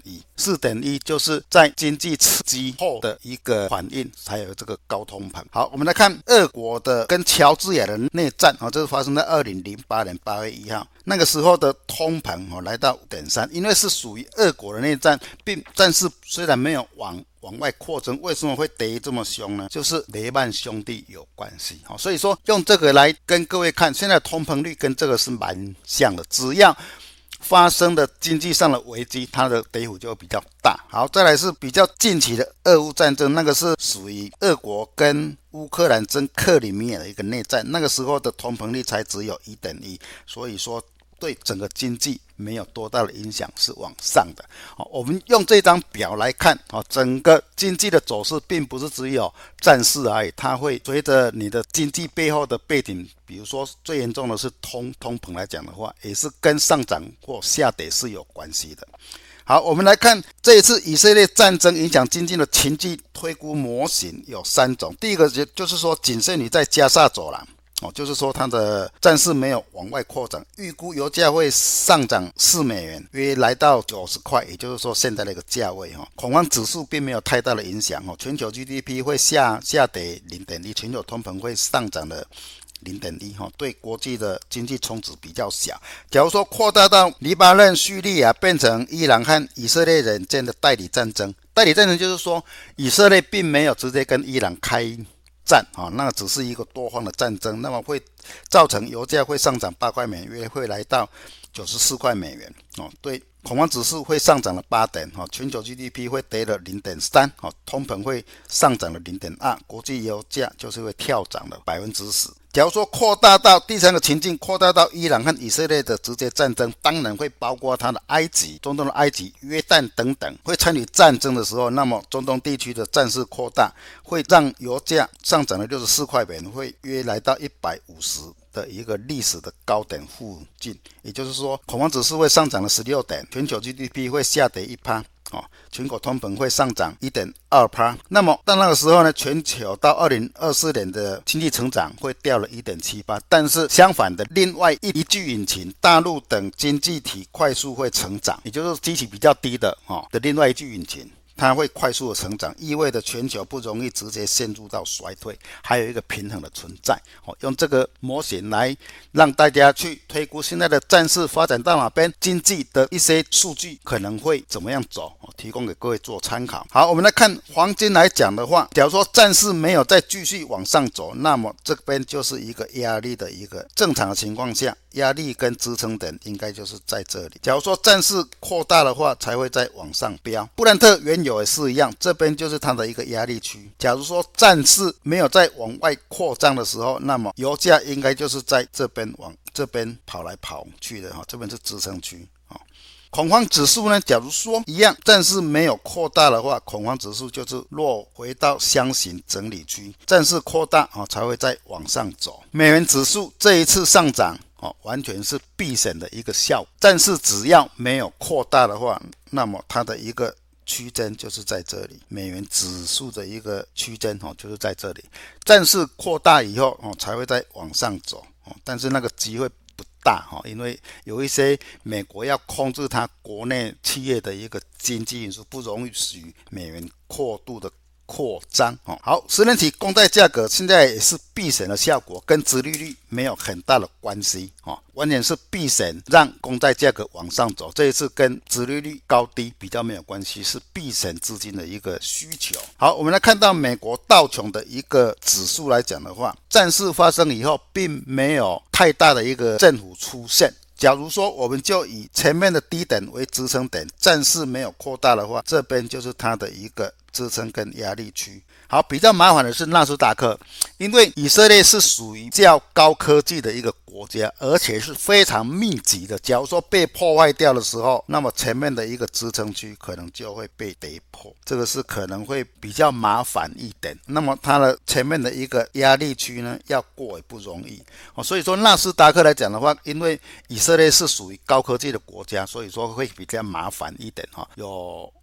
S3: 4.1 就是在经济刺激后的一个反应才有这个高通膨。好，我们来看俄国的跟乔治亚的内战，这是发生在2008年8月1号，那个时候的通膨来到 5.3， 因为是属于俄国的内战，但是虽然没有往外扩增，为什么会跌这么凶呢？就是雷曼兄弟有关系。所以说用这个来跟各位看，现在通膨率跟这个是蛮像的，只要发生的经济上的危机，它的跌幅就会比较大。好，再来是比较近期的俄乌战争，那个是属于俄国跟乌克兰争克里米亚的一个内战，那个时候的通膨率才只有 1.1， 所以说对整个经济没有多大的影响，是往上的。我们用这张表来看，整个经济的走势并不是只有战事而已，它会随着你的经济背后的背景，比如说最严重的是通膨来讲的话，也是跟上涨或下跌是有关系的。好，我们来看这一次以色列战争影响经济的情境推估模型有3种。第一个就是说仅限于在加沙走廊，就是说它的战事没有往外扩展，预估油价会上涨4美元，约来到90块，也就是说现在的一个价位。恐慌指数并没有太大的影响，全球 GDP 会下跌 0.1， 全球通膨会上涨的0.1， 对国际的经济冲击比较小。假如说扩大到黎巴嫩、叙利亚，变成伊朗和以色列人间的代理战争，就是说以色列并没有直接跟伊朗开战，那只是一个多方的战争，那么会造成油价会上涨8块美元，会来到94块美元。对，恐慌指数会上涨了8点，全球 GDP 会跌了 0.3， 通膨会上涨了 0.2， 国际油价就是会跳涨了 10%。假如说扩大到第3个情境，扩大到伊朗和以色列的直接战争，当然会包括它的埃及、中东的埃及、约旦等等会参与战争的时候，那么中东地区的战事扩大，会让油价上涨了64块美元，会约来到150的一个历史的高点附近，也就是说恐慌指数会上涨了16点，全球 GDP 会下跌 1%。全球通膨会上涨 1.2%， 那么到那个时候呢，全球到2024年的经济成长会掉了 1.78%， 但是相反的，另外一具引擎大陆等经济体快速会成长，也就是基期比较低的另外一具引擎它会快速的成长，意味着全球不容易直接陷入到衰退，还有一个平衡的存在。用这个模型来让大家去推估现在的战事发展到哪边，经济的一些数据可能会怎么样走，提供给各位做参考。好，我们来看黄金来讲的话，假如说战事没有再继续往上走，那么这边就是一个压力的一个正常的情况下，压力跟支撑点应该就是在这里。假如说战事扩大的话，才会再往上飙。布兰特原油也是一样，这边就是它的一个压力区。假如说战事没有再往外扩张的时候，那么油价应该就是在这边往这边跑来跑去的，这边是支撑区。恐慌指数呢，假如说一样战事没有扩大的话，恐慌指数就是落回到箱型整理区，战事扩大才会再往上走。美元指数这一次上涨完全是避险的一个效果，战事只要没有扩大的话，那么它的一个区间就是在这里，美元指数的一个区间就是在这里，战事扩大以后才会再往上走，但是那个机会不大，因为有一些美国要控制它国内企业的一个经济因素，不容许美元过度的扩张。好，10年期公债价格现在也是避险的效果，跟殖利率没有很大的关系，完全是避险让公债价格往上走，这一次跟殖利率高低比较没有关系，是避险资金的一个需求。好，我们来看到美国道琼的一个指数来讲的话，战事发生以后并没有太大的一个振幅出现。假如说我们就以前面的低点为支撑点，战事没有扩大的话，这边就是它的一个支撑跟压力区。好，比较麻烦的是纳斯达克，因为以色列是属于较高科技的一个国家，而且是非常密集的。假如说被破坏掉的时候，那么前面的一个支撑区可能就会被跌破，这个是可能会比较麻烦一点。那么它的前面的一个压力区呢，要过也不容易。所以说纳斯达克来讲的话，因为以色列是属于高科技的国家，所以说会比较麻烦一点。有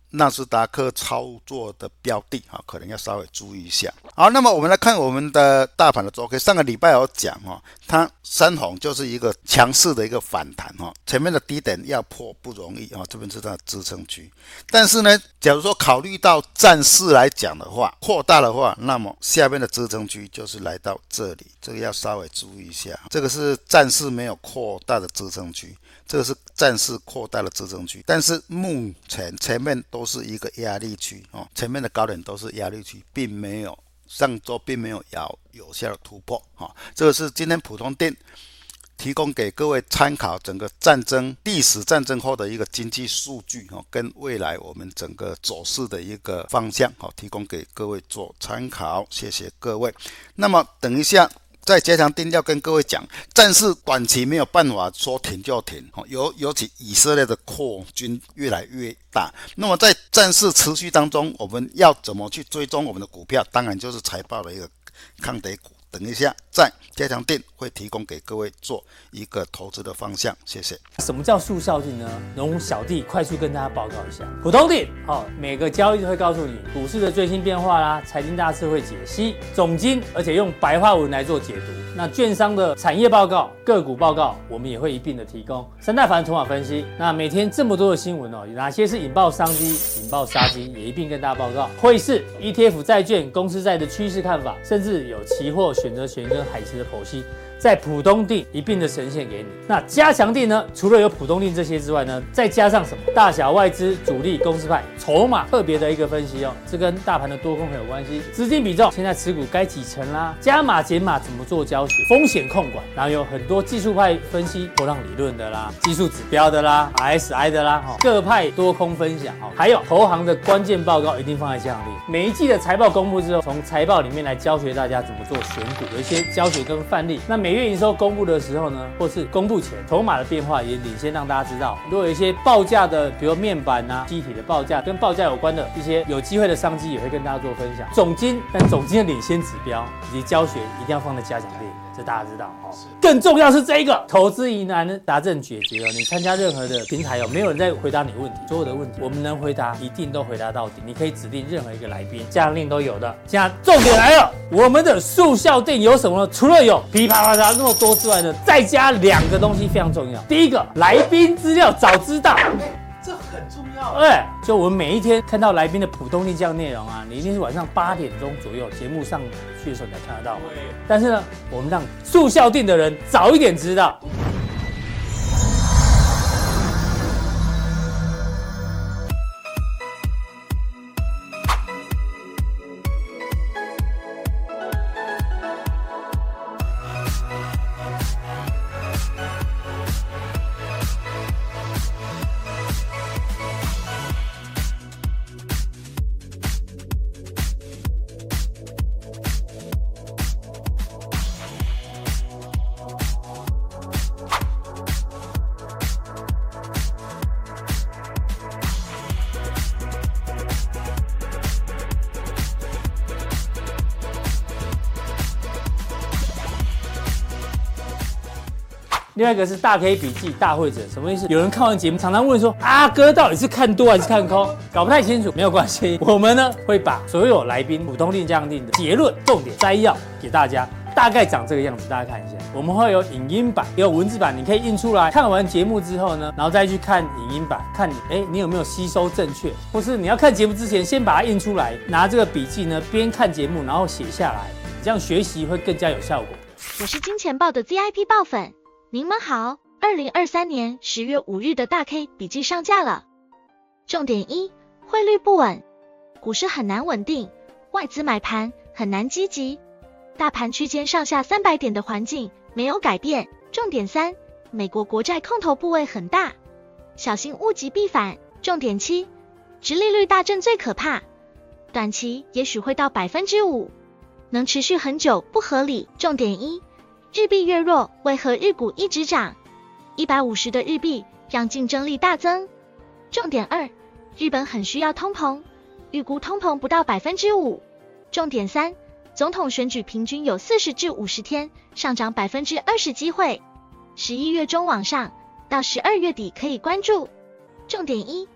S3: 纳斯达克操作的标的可能要稍微注意一下。好，那么我们来看我们的大盘的周 K， 上个礼拜有讲它三红就是一个强势的一个反弹前面的低点要破不容易这边是它的支撑区。但是呢，假如说考虑到战势来讲的话，扩大的话，那么下面的支撑区就是来到这里，这个要稍微注意一下。这个是战势没有扩大的支撑区，这个是战势扩大的支撑区，但是目前前面都是一个压力区前面的高点都是压力区，并没有上周并没有有效的突破这个是今天普通店提供给各位参考整个历史战争后的一个经济数据跟未来我们整个走势的一个方向提供给各位做参考，谢谢各位。那么等一下在加强定要跟各位讲，战事短期没有办法说停就停尤其以色列的扩军越来越大，那么在战事持续当中，我们要怎么去追踪我们的股票？当然就是财报的一个抗跌股，等一下在加强店会提供给各位做一个投资的方向，谢谢。
S1: 什么叫速效定呢？容小弟快速跟大家报告一下。普通定每个交易日会告诉你股市的最新变化啦，财经大事会解析总经，而且用白话文来做解读。那券商的产业报告、个股报告，我们也会一并的提供。三大法人筹码分析，那每天这么多的新闻有哪些是引爆商机、引爆杀机，也一并跟大家报告。汇市、ETF 债券、公司债的趋势看法，甚至有期货、选择权跟海期的剖析，在普通定一并的呈现给你。那加强定呢，除了有普通定这些之外呢，再加上什么大小外资、主力、公司派、筹码特别的一个分析这跟大盘的多空很有关系。资金比重，现在持股该几成啦？加码减码怎么做教学？风险控管，然后有很多技术派分析、波浪理论的啦、技术指标的啦、RSI 的啦，各派多空分享还有投行的关键报告一定放在加强定。每一季的财报公布之后，从财报里面来教学大家怎么做选股，有一些教学跟范例。那每月营收公布的时候呢，或是公布前，筹码的变化也领先让大家知道。如果有一些报价的，比如面板机体的报价，跟报价有关的一些有机会的商机，也会跟大家做分享。总经的领先指标以及教学一定要放在加强定，这大家知道更重要是这一个投资疑难答证解决你参加任何的平台没有人在回答你问题，所有的问题我们能回答一定都回答到底。你可以指定任何一个来宾，加强定都有的。现在重点来了，我们的速效定有什么呢？除了有噼啪啪啪那么多之外呢，再加2个东西非常重要。第一个，来宾资料早知道，
S2: 这很重要。
S1: 就我们每一天看到来宾的普通定这样内容你一定是晚上8点钟左右节目上去的时候你才看得到。但是呢，我们让速效定的人早一点知道。另外一个是大 K 笔记大会诊，什么意思？有人看完节目常常问说，哥到底是看多还是看空？搞不太清楚，没有关系，我们呢会把所有来宾普通定、加强定的结论、重点摘要给大家，大概长这个样子，大家看一下。我们会有影音版，也有文字版，你可以印出来。看完节目之后呢，然后再去看影音版，看你有没有吸收正确，或是你要看节目之前先把它印出来，拿这个笔记呢边看节目然后写下来，这样学习会更加有效果。
S4: 我是金钱豹的 VIP 爆粉。您们好，2023年10月5日的大 K 笔记上架了。重点1，汇率不稳，股市很难稳定，外资买盘很难积极，大盘区间上下300点的环境没有改变。重点3，美国国债空头部位很大，小心物极必反。重点7，殖利率大震最可怕，短期也许会到 5%， 能持续很久不合理。重点1，日币越弱，为何日股一直涨？150的日币让竞争力大增。重点2，日本很需要通膨，预估通膨不到 5%。重点3，总统选举平均有40至50天，上涨 20% 机会，11月中往上，到12月底可以关注。重点1，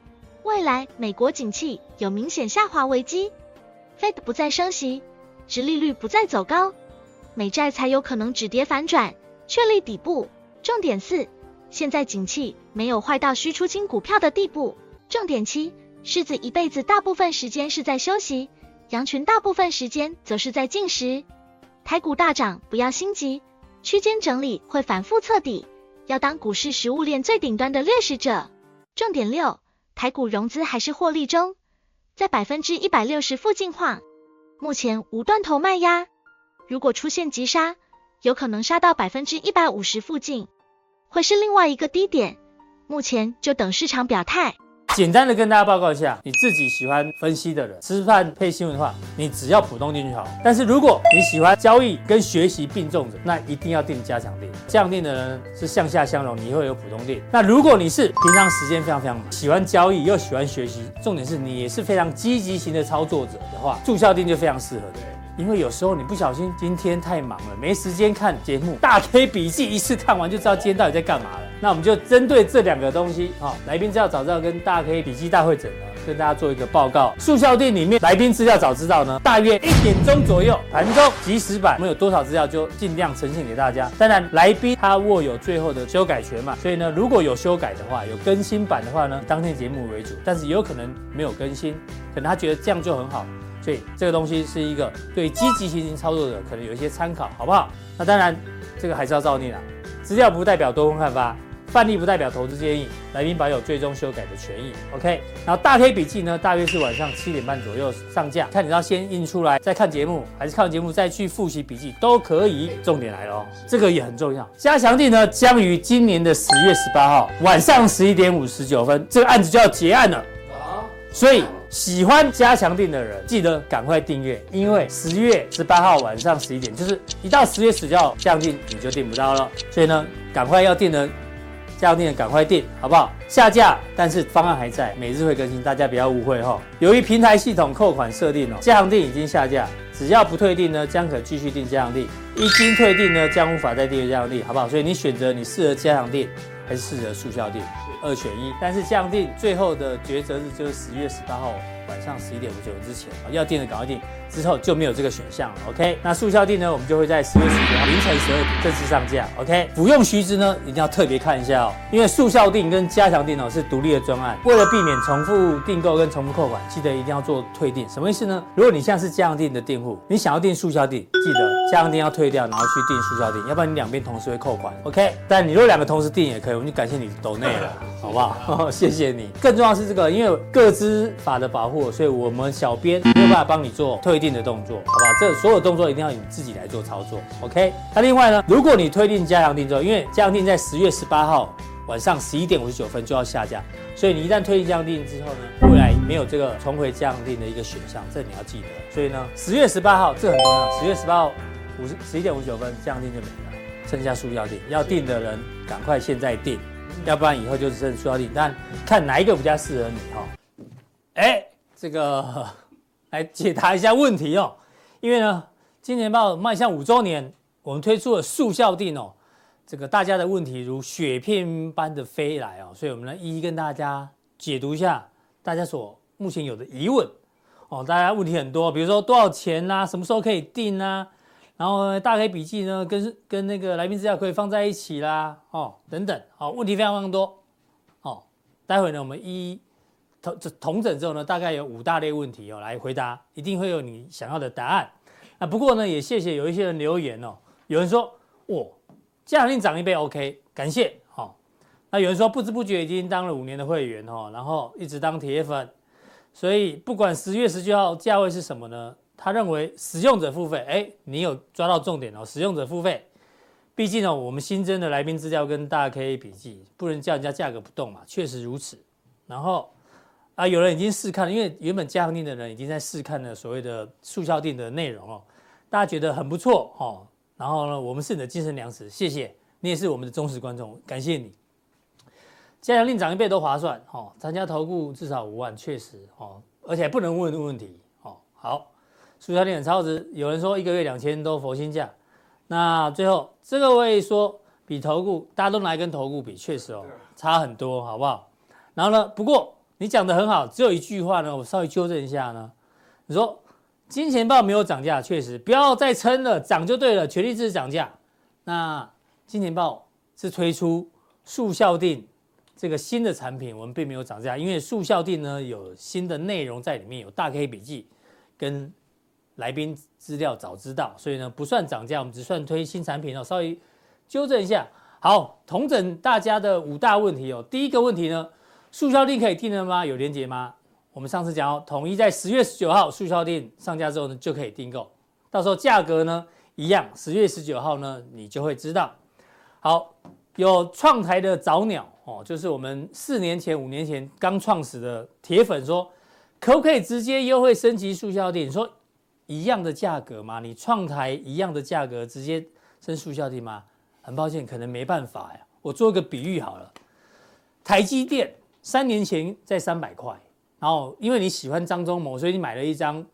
S4: 未来美国景气有明显下滑危机 ，Fed 不再升息，殖利率不再走高，美债才有可能止跌反转，确立底部。重点4，现在景气没有坏到需出清股票的地步。重点7，狮子一辈子大部分时间是在休息，羊群大部分时间则是在进食。台股大涨不要心急，区间整理会反复测底，要当股市食物链最顶端的掠食者。重点6，台股融资还是获利中，在 160% 附近晃，目前无断头卖压，如果出现急杀，有可能杀到 150% 附近，会是另外一个低点，目前就等市场表态。
S1: 简单的跟大家报告一下，你自己喜欢分析的人，吃饭配新闻的话，你只要普通定就好。但是如果你喜欢交易跟学习并重的，那一定要定加强定。加强定的人是向下相容，你会有普通定。那如果你是平常时间非常忙，喜欢交易又喜欢学习，重点是你也是非常积极型的操作者的话，助效定就非常适合的。因为有时候你不小心今天太忙了，没时间看节目，大 K 笔记一次看完就知道今天到底在干嘛了。那我们就针对这2个东西，来宾资料早知道跟大 K 笔记大会诊呢，跟大家做一个报告。速效定里面来宾资料早知道呢，大约1点钟左右，盘中即时版，我们有多少资料就尽量呈现给大家。当然，来宾他握有最后的修改权嘛，所以呢，如果有修改的话，有更新版的话呢，当天节目为主，但是也有可能没有更新，可能他觉得这样就很好。所以这个东西是一个对积极型操作者可能有一些参考，好不好？那当然，这个还是要照念啦。资料不代表多空看法，范例不代表投资建议，来宾保有最终修改的权益。OK， 然后大 K 笔记呢，大约是晚上7点半左右上架，看你要先印出来再看节目，还是看完节目再去复习笔记都可以。重点来了哦，这个也很重要。加强定呢，将于今年的10月18号晚上11点59分，这个案子就要结案了。所以喜欢加强定的人，记得赶快订阅，因为10月18号晚上11点，就是一到10月19号加强定你就订不到了。所以呢，赶快要订的加强定的赶快订，好不好？下架，但是方案还在，每日会更新，大家不要误会哈。由于平台系统扣款设定加强定已经下架，只要不退订呢，将可继续订加强定；一经退订呢，将无法再订阅加强定，好不好？所以你选择你适合加强定还是适合速效定，2选1。但是加强定最后的抉择日就是10月18号晚上11点59分之前，要订的赶快订，之后就没有这个选项了。OK， 那速效定呢，我们就会在10月19号凌晨12点正式上架。OK， 服用须知呢，一定要特别看一下哦，因为速效定跟加强定是独立的专案，为了避免重复订购跟重复扣款，记得一定要做退订。什么意思呢？如果你现在是加强定的订户，你想要订速效定，记得加强定要退掉，然后去订速效定，要不然你两边同时会扣款。OK， 但你如果2个同时订也可以，我们就感谢你抖内了，好不好？谢谢你。更重要的是这个，因为个资法的保护，所以我们小编没有办法帮你做退订的动作，好不好？这所有动作一定要你自己来做操作。OK， 那另外呢，如果你退订加强定之后，因为加强定在10月18号晚上11点59分就要下架，所以你一旦退订加强定之后呢，未来没有这个重回加强定的一个选项，这你要记得。所以呢，10月18号这很重要，10月18号11点59分加强定就没了，剩下速效定，要订的人赶快现在订，要不然以后就只剩速效定，但看哪一个比较适合你哈。这个来解答一下问题哦，因为呢，金钱豹迈向5周年，我们推出了速效定哦，这个大家的问题如雪片般的飞来哦，所以我们来一一跟大家解读一下大家所目前有的疑问哦。大家问题很多，比如说多少钱啦，什么时候可以订啊，然后大 K 笔记呢跟那个来宾资料可以放在一起啦哦，等等哦，问题非常非常多哦。待会呢，我们一一统整之后呢，大概有5大类问题哦，来回答，一定会有你想要的答案。那不过呢，也谢谢有一些人留言哦，有人说加强定涨1倍 OK， 感谢哦。那有人说不知不觉已经当了5年的会员哦，然后一直当铁粉，所以不管10月19号价位是什么呢，他认为使用者付费，你有抓到重点哦，使用者付费。毕竟我们新增的来宾资料跟大 K 笔记，不能叫人家价格不动嘛，确实如此。然后有人已经试看了，因为原本加强定的人已经在试看了所谓的速效定的内容哦，大家觉得很不错哦。然后呢，我们是你的精神粮食，谢谢你，也是我们的忠实观众，感谢你。加强定涨1倍都划算哦，参加投顾至少5万，确实哦，而且还不能问问题哦。好，速效定很超值，有人说1个月2000都佛心价。那最后这个位说比投顾，大家都拿来跟投顾比，确实差很多，好不好？然后呢，不过你讲的很好，只有一句话呢，我稍微纠正一下呢。你说金钱豹没有涨价，确实不要再撑了，涨就对了，权利制涨价。那金钱豹是推出速效定这个新的产品，我们并没有涨价，因为速效定呢有新的内容在里面，有大 K 笔记跟来宾资料早知道，所以呢不算涨价，我们只算推新产品哦，稍微纠正一下。好，统整大家的5大问题哦。第一个问题呢，速效定可以订了吗？有连结吗？我们上次讲统一在10月19号速效定上架之后呢，就可以订购，到时候价格呢一样，10月19号呢你就会知道。好，有创台的早鸟哦，就是我们4年前、5年前刚创始的铁粉说，可不可以直接优惠升级速效定？你说一样的价格吗？你创台一样的价格直接升速效定吗？很抱歉，可能没办法呀。我做一个比喻好了，台积电3年前在300块。然后，因为你喜欢张忠谋，所以你买了一张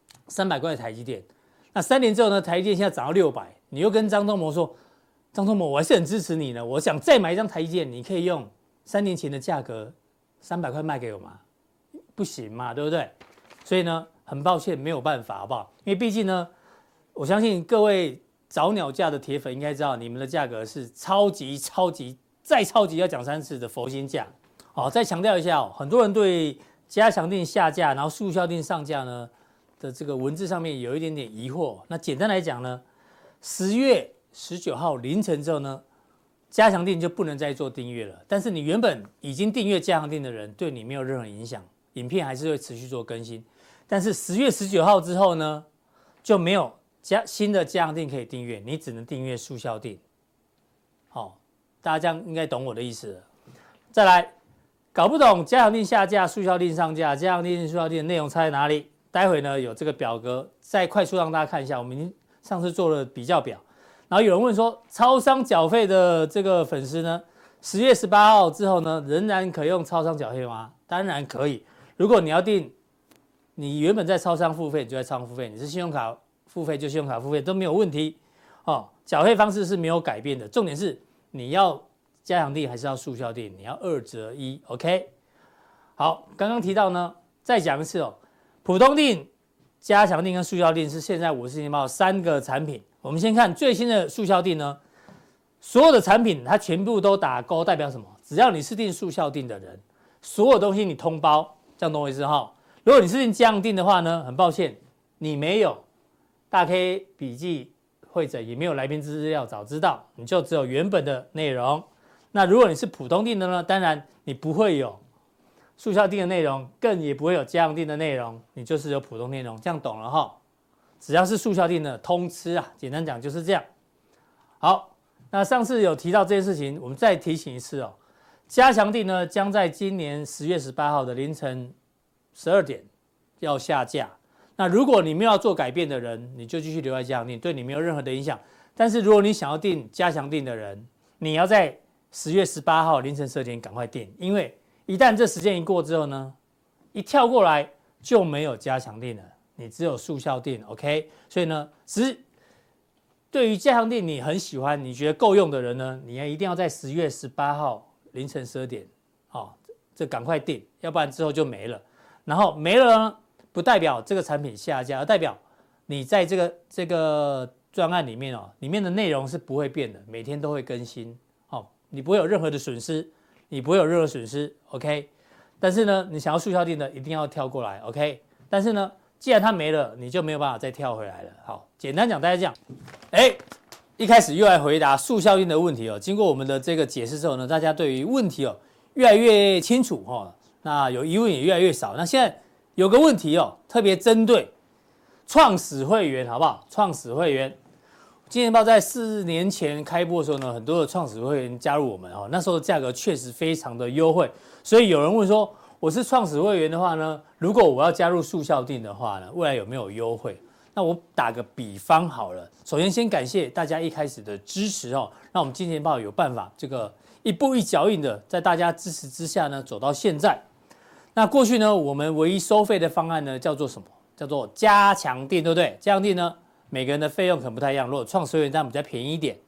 S1: 300块的台积电。那3年之后呢，台积电现在涨到600，你又跟张忠谋说：“张忠谋，我还是很支持你呢，我想再买一张台积电，你可以用3年前的价格300块卖给我吗？不行嘛，对不对？”所以呢，很抱歉，没有办法，好不好？因为毕竟呢，我相信各位早鸟价的铁粉应该知道，你们的价格是超级再超级要讲3次的佛心价。好，再强调一下哦，很多人对加强定下架，然后速效定上架呢的这个文字上面有一点点疑惑。那简单来讲呢，10月19号凌晨之后呢，加强定就不能再做订阅了。但是你原本已经订阅加强定的人，对你没有任何影响，影片还是会持续做更新。但是10月19号之后呢，就没有新的加强定可以订阅，你只能订阅速效定。好，大家这样应该懂我的意思了。再来。搞不懂加强定下架、速效定上架、加强定、速效定的内容差在哪里？待会呢有这个表格，再快速让大家看一下。我们已经上次做了比较表，然后有人问说，超商缴费的这个粉丝呢，10月18号之后呢，仍然可用超商缴费吗？当然可以。如果你要订，你原本在超商付费，你就在超商付费；你是信用卡付费，就信用卡付费都没有问题。哦，缴费方式是没有改变的，重点是你要。加强定还是要速效定，你要2折1 ，OK？ 好，刚刚提到呢，再讲一次哦，普通定、加强定跟速效定是现在50年报3个产品。我们先看最新的速效定呢，所有的产品它全部都打勾，代表什么？只要你是订速效定的人，所有东西你通包，这样懂我意思哈？如果你是订加强定的话呢，很抱歉，你没有大 K 笔记会诊，也没有来宾资料早知道，你就只有原本的内容。那如果你是普通定的呢？当然你不会有速效定的内容，更也不会有加强定的内容，你就是有普通内容，这样懂了哈？只要是速效定的通吃啊，简单讲就是这样。好，那上次有提到这件事情，我们再提醒一次哦。加强定呢，将在今年10月18号的凌晨12点要下架。那如果你没有要做改变的人，你就继续留在加强定，对你没有任何的影响。但是如果你想要订加强定的人，你要在10月18号凌晨12点赶快订，因为一旦这时间一过之后呢，一跳过来就没有加强定了，你只有速效定 ，OK？ 所以呢，对于加强定你很喜欢，你觉得够用的人呢，你一定要在10月18号凌晨12点，这赶快订，要不然之后就没了。然后没了呢，不代表这个产品下架，而代表你在这个专案里面里面的内容是不会变的，每天都会更新。你不会有任何的损失， OK？ 但是呢，你想要速效定的一定要跳过来 ，OK？ 但是呢，既然它没了，你就没有办法再跳回来了。好，简单讲，大家这样，一开始又来回答速效定的问题哦。经过我们的这个解释之后呢，大家对于问题越来越清楚那有疑问也越来越少。那现在有个问题特别针对创始会员，好不好？创始会员。金钱豹在4年前开播的时候呢，很多的创始会员加入我们那时候的价格确实非常的优惠，所以有人问说，我是创始会员的话呢，如果我要加入速效定的话呢，未来有没有优惠？那我打个比方好了，首先先感谢大家一开始的支持让我们金钱豹有办法这个一步一脚印的在大家支持之下呢走到现在。那过去呢，我们唯一收费的方案呢叫做什么？叫做加强定，对不对？加强定呢，每个人的费用可能不太一样，如果创始会员当然比较便宜一点。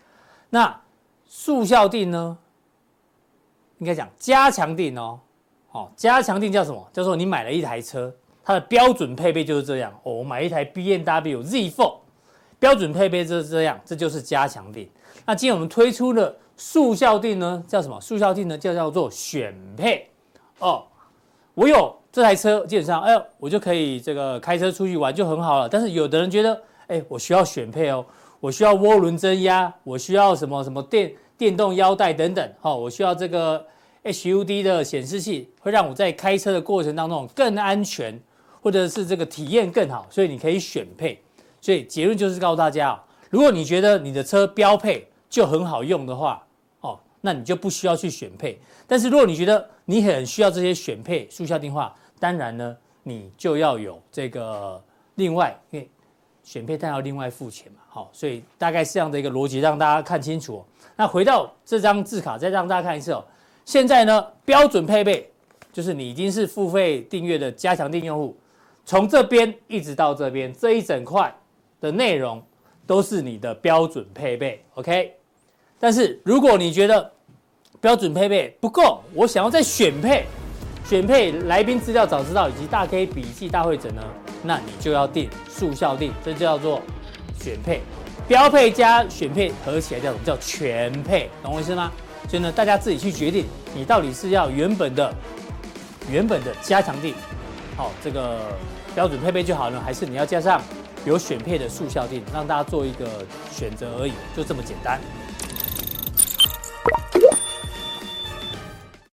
S1: 那速效定呢，应该讲加强定加强定叫什么？叫做你买了一台车，它的标准配备就是这样。我买一台 BMW Z4， 标准配备就是这样，这就是加强定。那今天我们推出的速效定呢，叫什么？速效定呢，叫做选配。我有这台车，基本上，我就可以这个开车出去玩就很好了。但是有的人觉得，我需要选配哦，我需要涡轮增压，我需要什么电动腰带等等，我需要这个 HUD 的显示器，会让我在开车的过程当中更安全，或者是这个体验更好，所以你可以选配。所以结论就是告诉大家，如果你觉得你的车标配就很好用的话，那你就不需要去选配。但是如果你觉得你很需要这些选配速效定的话，当然呢，你就要有这个另外，因为选配但要另外付钱嘛，所以大概是这样的一个逻辑，让大家看清楚。那回到这张字卡，再让大家看一次。现在呢，标准配备就是你已经是付费订阅的加强定用户，从这边一直到这边这一整块的内容都是你的标准配备 ，OK？ 但是如果你觉得标准配备不够，我想要再选配来宾资料早知道以及大 K 笔记大会诊呢，那你就要订速效定，这就叫做选配。标配加选配合起来叫什么？叫全配，懂我意思吗？所以呢，大家自己去决定，你到底是要原本的加强定，这个标准配备就好呢，还是你要加上有选配的速效定，让大家做一个选择而已，就这么简单。